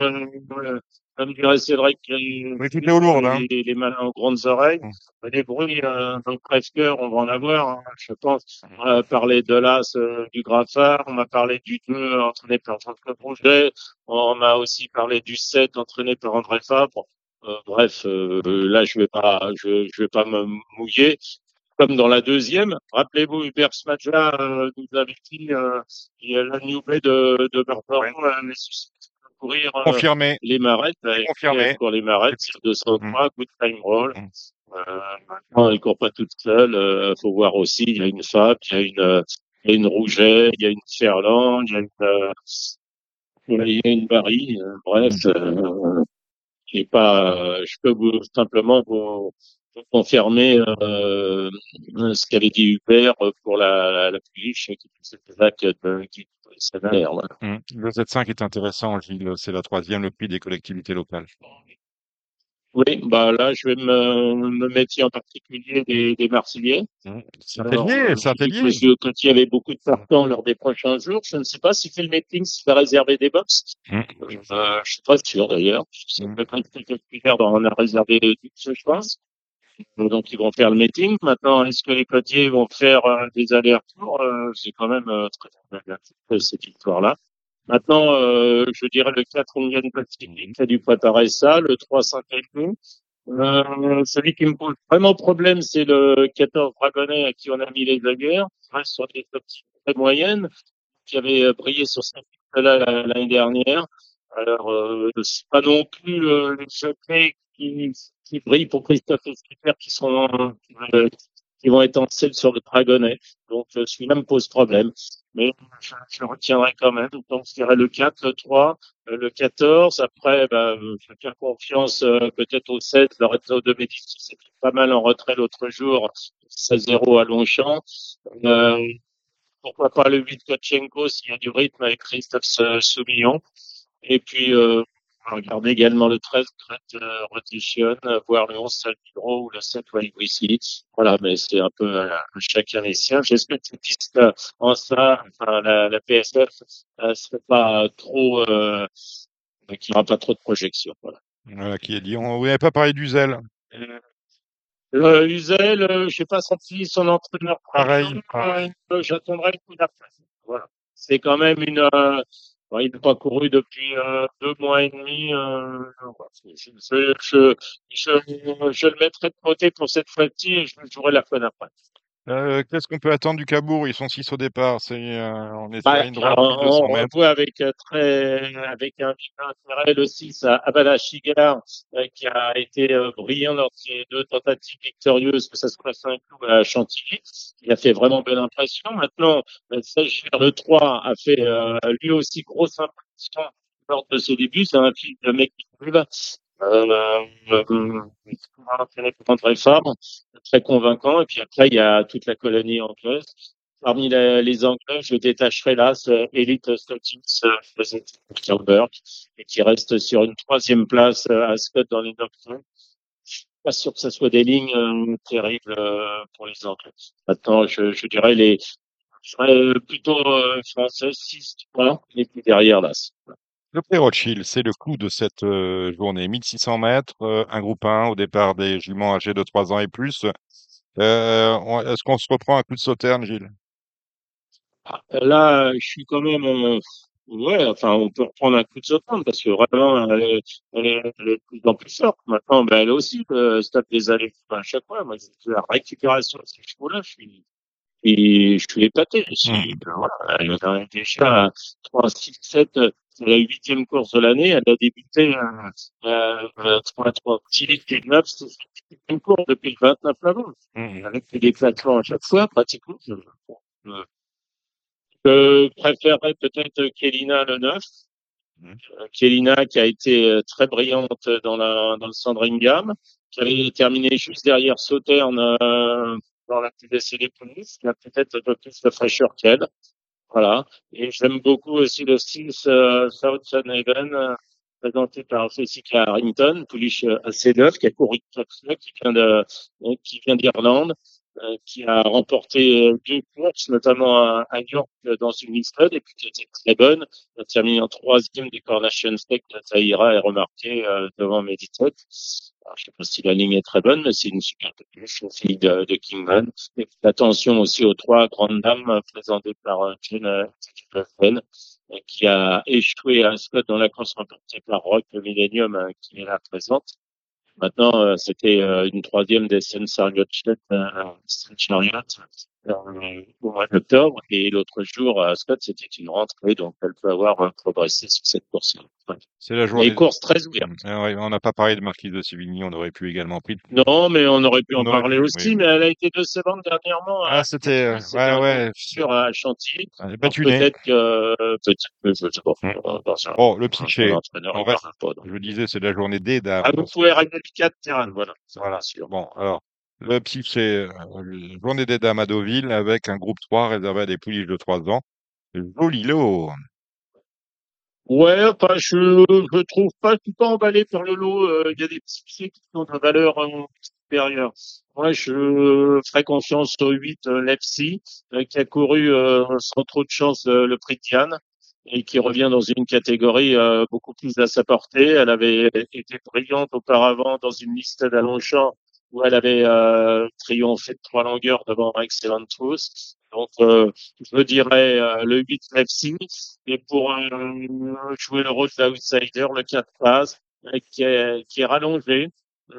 comme dirait Cédric, oui, tout est au lourd, hein. les malins aux grandes oreilles. Mm. Les bruits dans le Presque-Cœur, on va en avoir, hein, je pense. On a parlé de l'As du Graffard, on a parlé du 2 entraîné par Jean-Claude Rouget, on a aussi parlé du 7 entraîné par André Fabre. Bref, là, je vais pas me mouiller. Comme dans la deuxième, rappelez-vous, Hubert Smadja nous avait dit il y a la New Bay de Barbaron, Ouais. les susceptibles de courir Confirmé, les marettes, c'est confirmé. pour les marettes, C'est- sur Mm, 203, good time roll. mm. Maintenant, elle court pas toute seule. Faut voir aussi, il y a une Fab, il y a une Rouget, il y a une Ferland, il y a une Barry. Bref, j'ai pas, je peux simplement vous confirmer ce qu'avait dit Hubert pour la pouliche qui c'était là qui ça a l'air, voilà. Le Z5 est intéressant, Gilles. C'est la troisième, le prix des collectivités locales. Oui, bah là, je vais me méfier en particulier des Marseillais. Alors, Saint-Hélier, j'ai vu que Saint-Hélier. Monsieur Coty avait beaucoup de partants lors des prochains jours. Je ne sais pas s'il fait le meeting, s'il va réserver des box. Mm, Je suis pas sûr d'ailleurs. Ça mm. peut pas être quelques critères d'en a réservé 12, je pense. Donc, ils vont faire le meeting. Maintenant, est-ce que les Cotiers vont faire des allers-retours? C'est quand même très problématique, cette histoire-là. Maintenant, je dirais le 4 Indian Pacific, c'est du Pataressa, le 3 Saint-Étienne. Celui qui me pose vraiment problème, c'est le 14 Dragonnet à qui on a mis les aguerres. Il reste sur des options très moyennes, qui avait brillé sur cette piste-là l'année dernière. Alors, c'est pas non plus les secrets qui brillent pour Christophe et Skipper qui vont être en selle sur le Dragonnet. Donc, celui-là me pose problème. Mais je le retiendrai quand même. Donc, je dirais le 4, le 3, le 14. Après, je vais faire confiance peut-être au 7, le réseau de Médicis, c'était pas mal en retrait l'autre jour, 16-0 à Longchamp. Euh, Pourquoi pas le 8 Kotchenko s'il y a du rythme avec Christophe Soumillon. Et puis, regardez également le 13 Crête Rotation, voir le 11 Salpidro ou le 7 Walibrisi. Voilà, mais c'est un peu chacun les siens. J'espère que cette piste en ça, enfin, la PSF, serait pas trop, qu'il n'y aura pas trop de projections. Voilà. Voilà qui est dit. On n'avait pas parlé d'Uzel. Uzel, je sais pas si son entraîneur Pareil. j'attendrai le coup d'après. Voilà. C'est quand même bon, il n'a pas couru depuis 2 mois et demi. Voilà. Je le mettrai de côté pour cette fois-ci et je le jouerai la fois d'après. Qu'est-ce qu'on peut attendre du Cabourg? Ils sont 6 au départ. On espère une drôle plus de 200 On mètres. voit avec avec un vif intérêt le 6 à Abalachigar, qui a été brillant lors de ses 2 tentatives victorieuses, que ce soit à Saint-Cloud ou à Chantilly. Il a fait vraiment belle impression. Maintenant, Saint-Gilles, le 3 a fait lui aussi grosse impression lors de ses débuts. C'est un fils de mec qui arrive. Très fort, très convaincant. Et puis après, il y a toute la colonie anglaise. Parmi les Anglais, je détacherai là ce Elite Scouting Cloudberg et qui reste sur une 3e place à Scott dans les Doctrines. Je suis pas sûr que ce soit des lignes terribles pour les Anglais. Maintenant, je dirais je serais plutôt français 6-3 et puis derrière là. Le Prix Rothschild, c'est le coup de cette journée. 1600 mètres, un groupe 1 au départ des juments âgés de 3 ans et plus. Est-ce qu'on se reprend un coup de sauterne, Gilles? Là, je suis quand même, ouais, enfin, on peut reprendre un coup de sautant parce que vraiment, elle est de plus en plus forte. Maintenant, elle aussi, se tape des allées à chaque fois. Moi, la récupération de ces chevaux-là, je suis épaté. Voilà, elle a déjà 3, 6, 7, c'est la 8e course de l'année. Elle a débuté 3, 6, 9, c'est la 8e course depuis le 29 novembre. Avec des déplacements à chaque fois, pratiquement. Je préférerais peut-être Kelina le 9. Kelina qui a été très brillante dans le Sandringham, qui avait terminé juste derrière Sauterne dans la PDC des Polices, qui a peut-être un peu plus de fraîcheur qu'elle. Voilà. Et j'aime beaucoup aussi le 6 Southern Haven, présenté par Jessica Harrington, pouliche assez neuve, qui a couru qui vient d'Irlande, qui a remporté 2 courses, notamment à York dans une mixed et puis qui était très bonne. Elle a terminé en 3e des Coronation Stakes. Taïra est remarqué devant Meditate. Alors, je sais pas si la ligne est très bonne, mais c'est une super pouliche, une fille de Kingman. Et attention aussi aux 3 grandes dames présentées par Jane Stephen, qui a échoué à Scott dans la course remportée par Rock Millennium, qui est là présente. Maintenant, c'était une troisième des Chariot au mois d'octobre, et l'autre jour à Scott, c'était une rentrée, donc elle peut avoir progressé sur cette course. Ouais. C'est la Et journée. course très ouverte. Ouais, on n'a pas parlé de Marquise de Sévigny, on aurait pu également pris. Non, mais on aurait pu en On aurait parler pu, aussi, oui. mais elle a été décevante dernièrement. Ah, c'était, C'était un ouais. sur à Chantilly. Elle est Alors battue nez. peut-être que je sais pas. Oh, le psyché. L'entraîneur, On il reste, parle pas. Donc. je disais, c'est la journée des dames. Ah, vous pouvez régler les 4 terrains, voilà. Ça, Voilà. bien sûr. Bon, alors, le psyché, journée des dames à Deauville avec un groupe 3 réservé à des pouliches de 3 ans. Joli lot. Ouais, enfin, je trouve pas, je suis pas emballé par le lot. Il y a des petits pieds qui sont de valeur supérieure. Moi, je ferais confiance au 8 Lepsi, qui a couru sans trop de chance le prix de Diane et qui revient dans une catégorie beaucoup plus à sa portée. Elle avait été brillante auparavant dans une liste d'Alongchamp où elle avait triomphé de 3 longueurs devant Excellent Truth. Donc, je dirais le 8 Lepsi. Et pour jouer le rôle d'outsider, le 4 phases, qui est rallongé,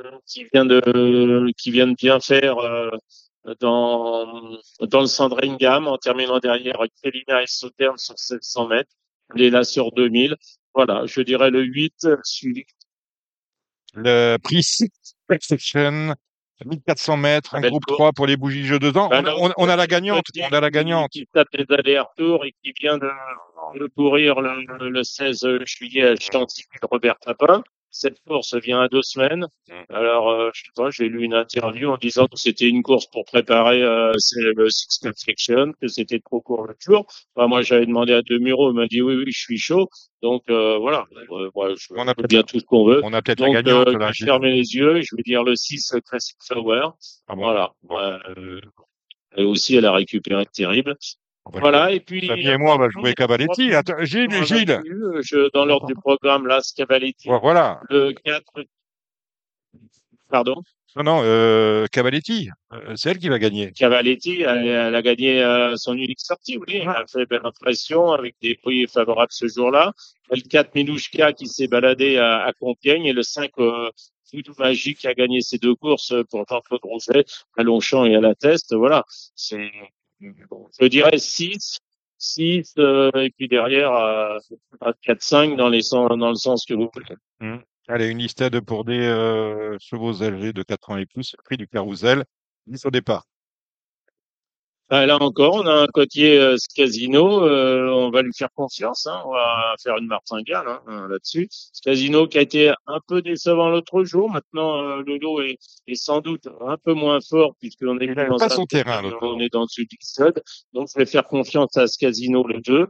qui vient de bien faire dans le Sandringham en terminant derrière Kelina et Sauternes sur 700 mètres. Elle est là sur 2000. Voilà, je dirais le 8, suivi Le prix Six Perfection, 1400 mètres, un belle groupe course. 3 pour les bougies jeu 2 ans. Ben là, On a la gagnante. On a la gagnante. qui tape des allers-retours et qui vient de courir le 16 juillet à Chantilly de Robert Tapin. Cette course vient à 2 semaines. Alors, je sais pas, j'ai lu une interview en disant que c'était une course pour préparer le Six Perfection, que c'était trop court le tour. Enfin, moi, j'avais demandé à Demuro, il m'a dit oui, oui, je suis chaud. Donc, voilà. Moi, je On a peux bien tout ce qu'on veut. On a peut-être la Donc, gagnante, je là. vais fermer les yeux, je vais dire le 6 Classic Flower. Ah bon. Voilà. Bon. Et aussi, elle a récupéré terrible. Voilà, et puis... Fabien et moi, on va jouer Cavaletti. Attends, Gilles. Dans l'ordre du programme, là, Cavaletti, Voilà. le 4... Pardon? Non, Cavaletti. C'est elle qui va gagner. Cavaletti, elle a gagné son unique sortie, oui. Elle a fait belle impression avec des prix favorables ce jour-là. Le 4 Minouchka qui s'est baladé à Compiègne et le 5 Foudou Magique qui a gagné ces 2 courses pour Jean-Claude Rousset à Longchamp et à La Teste. Voilà. C'est, je dirais 6, et puis derrière, 4-5 dans le sens que vous voulez. Allez, une listade pour des chevaux âgés de 4 ans et plus. Prix du carrousel. 10 au départ. Là encore, on a un côtier Scasino, on va lui faire confiance, hein, on va faire une martingale là-dessus. Scasino qui a été un peu décevant l'autre jour, maintenant le lot est sans doute un peu moins fort puisqu'on est Il n'avait dans pas son terrain, on est dans le sud Dixon, donc je vais faire confiance à Scasino le 2.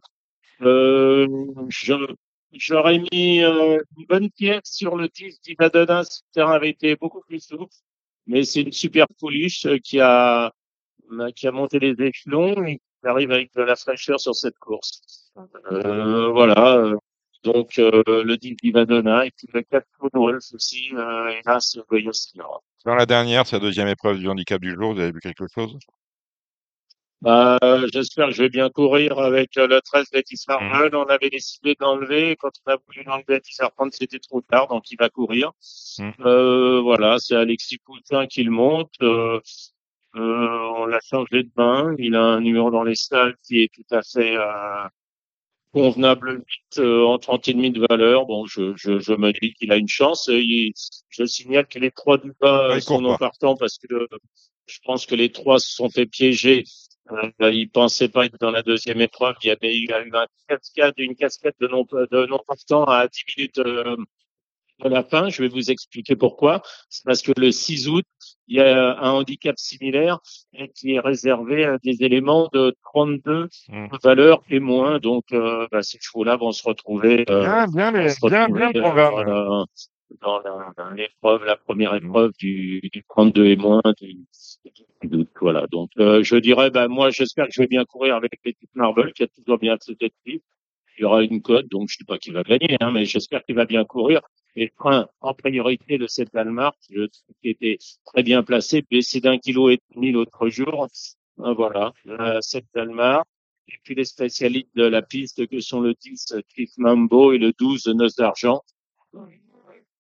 J'aurais mis une bonne pièce sur le 10 d'Ivadona si le terrain avait été beaucoup plus souple, mais c'est une super pouliche qui a monté les échelons et qui arrive avec de la fraîcheur sur cette course. Voilà. Donc, le 10 d'Ivadona et puis le 4 Wolf aussi, hélas, Goyo Senior. Dans la dernière, c'est la deuxième épreuve du handicap du jour. Vous avez vu quelque chose? J'espère que je vais bien courir avec le 13 Betty Farmel. On avait décidé d'enlever. Quand on a voulu l'enlever à 10h30, c'était trop tard, donc il va courir. Voilà, c'est Alexis Poultin qui le monte. On l'a changé de main. Il a un numéro dans les stalles qui est tout à fait convenable en 30,5 de valeur. Bon, je me dis qu'il a une chance. Je signale que les 3 du bas sont non partants parce que je pense que les 3 se sont fait piéger. Ils pensaient pas être dans la deuxième épreuve. Il y avait eu une cascade de non partants à 10 minutes à la fin. Je vais vous expliquer pourquoi. C'est parce que le 6 août, il y a un handicap similaire qui est réservé à des éléments de 32 valeurs et moins. Donc, ces chevaux-là vont se retrouver, bien le programme. Dans l'épreuve, la première épreuve du 32 et moins du août. Voilà. Donc, je dirais, moi, j'espère que je vais bien courir avec l'équipe Marble qui a toujours bien accepté de suivre. Il y aura une cote, donc je ne sais pas qui va gagner, mais j'espère qu'il va bien courir. Et en priorité, le 7 Dalmar, qui était très bien placé, baissé d'1,5 kg l'autre jour. Voilà, le 7 Dalmar. Et puis les spécialistes de la piste que sont le 10 Cliff Mambo et le 12 Noce d'Argent.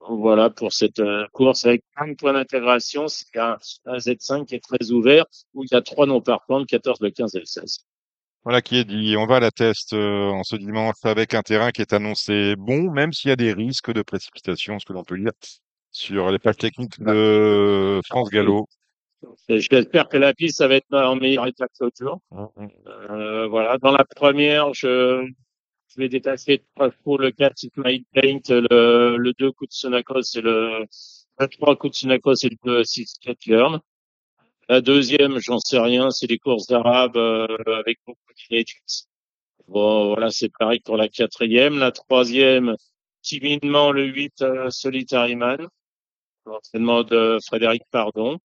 Voilà pour cette course avec plein de points d'intégration. C'est un Z5 qui est très ouvert où il y a 3 non partants, le 14, le 15 et le 16. Voilà qui est dit. On va à la test en ce dimanche avec un terrain qui est annoncé bon, même s'il y a des risques de précipitation, ce que l'on peut lire sur les pages techniques de France Gallo. Et j'espère que la piste, ça va être en meilleur état que l'autre jour. Voilà. Dans la première, je vais détacher 3 chevaux, le 4, c'est My Paint, le 2, coup de Sonacos et le 3, coup de Sonacos et le 6, Cat Learn. La deuxième, j'en sais rien, c'est les courses d'Arabes avec beaucoup d'inédits. Bon, voilà, c'est pareil pour la quatrième. La troisième, timidement, le 8, Solitary Man, l'entraînement de Frédéric Pardon.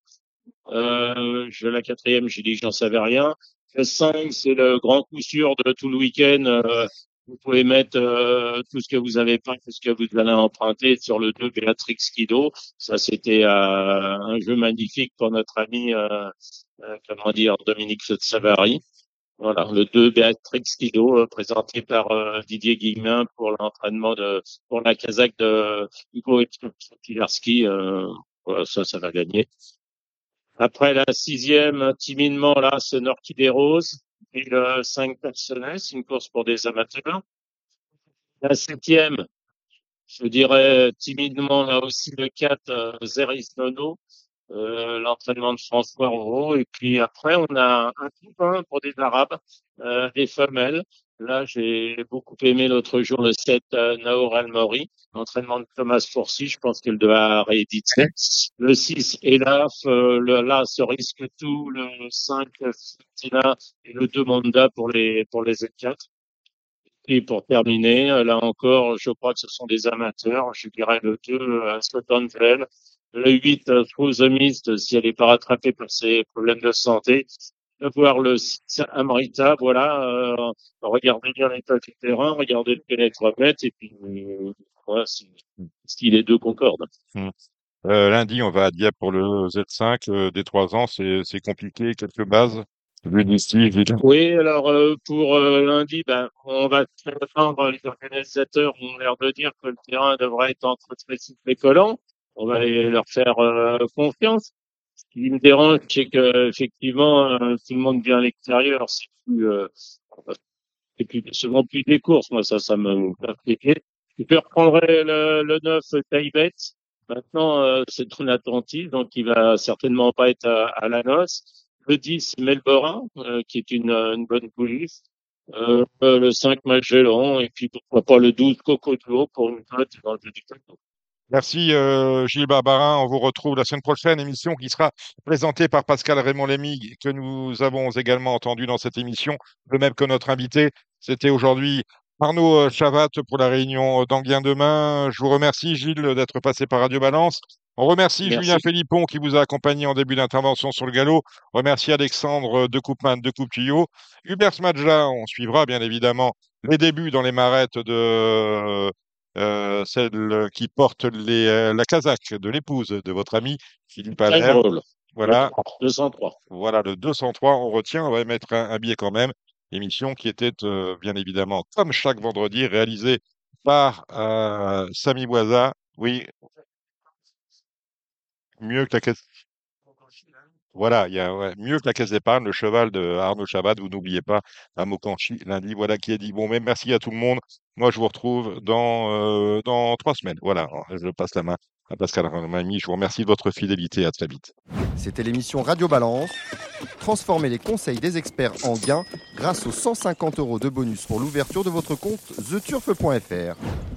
La quatrième, j'ai dit que j'en savais rien. Le 5, c'est le grand coup sûr de tout le week-end. Vous pouvez mettre tout ce que vous avez peint, tout ce que vous allez emprunter sur le 2, Béatrix Kido. Ça, c'était un jeu magnifique pour notre ami, Dominique Savary. Voilà, le 2, Béatrix Kido, présenté par Didier Guillemin pour l'entraînement pour la Kazakh de Hugo Pilarski. Voilà, ça va gagner. Après la sixième, timidement, là, c'est Norky des Roses. Et le 5, Personnes, une course pour des amateurs. La septième, je dirais timidement, là aussi, le 4, Zeris Nono. L'entraînement de François Rowe. Et puis après, on a un coup pour des Arabes, des femelles. Là, j'ai beaucoup aimé l'autre jour le 7, Naor Al-Mori. L'entraînement de Thomas Fourcy, je pense qu'il doit rééditer. Le 6, Elaf, là, se risque tout. Le 5, Tina et le 2, Monda pour les Z4. Et pour terminer, là encore, je crois que ce sont des amateurs. Je dirais le 2, Scotlandville. Le 8, Through the Mist, si elle n'est pas rattrapée par ses problèmes de santé. Voir le 6, Amrita, voilà. Regardez bien l'état du terrain, regardez le pénétromètre, et puis voilà, si les deux concordent. Lundi, on va à Dieppe pour le Z5. Des 3 ans, c'est compliqué. Quelques bases. Oui, alors pour lundi, on va attendre. Les organisateurs ont l'air de dire que le terrain devrait être entre très souple et collant. On va leur faire confiance. Ce qui me dérange, c'est que effectivement, tout le monde vient à l'extérieur. C'est plus souvent plus des courses. Moi, ça me fait. Je peux reprendre le 9, Taibet. Maintenant, c'est ton attentif, donc il va certainement pas être à la noce. Le 10, Melborin, qui est une bonne police. Le 5, Magellan, et puis pourquoi pas le 12, Cocodlo pour une cote dans le jeu du plateau. Merci Gilles Barbarin. On vous retrouve la semaine prochaine, émission qui sera présentée par Pascal Raymond-Lémy, que nous avons également entendu dans cette émission, de même que notre invité. C'était aujourd'hui Arnaud Chavat pour la réunion d'Anguien demain. Je vous remercie Gilles d'être passé par Radio Balance. On remercie Julien Philippon qui vous a accompagné en début d'intervention sur le galop. Remercie Alexandre de Coupeman de Coupe Tuyau. Hubert Smadja, on suivra bien évidemment les débuts dans les marettes de celle qui porte la casaque de l'épouse de votre ami Philippe Allaire. Voilà. 203. Voilà, le 203, on retient, on va mettre un billet quand même. Émission qui était bien évidemment, comme chaque vendredi, réalisée par Samy Boisa. Oui. Mieux que la caisse. Voilà, mieux que la caisse d'épargne, le cheval de Arnaud Chabat, vous n'oubliez pas, à Mokanchi, lundi, voilà qui est dit. Bon, mais merci à tout le monde. Moi, je vous retrouve dans 3 semaines. Voilà, je passe la main à Pascal Raymond-Lémy. Je vous remercie de votre fidélité. À très vite. C'était l'émission Radio Balance. Transformez les conseils des experts en gains grâce aux 150 € de bonus pour l'ouverture de votre compte theturf.fr.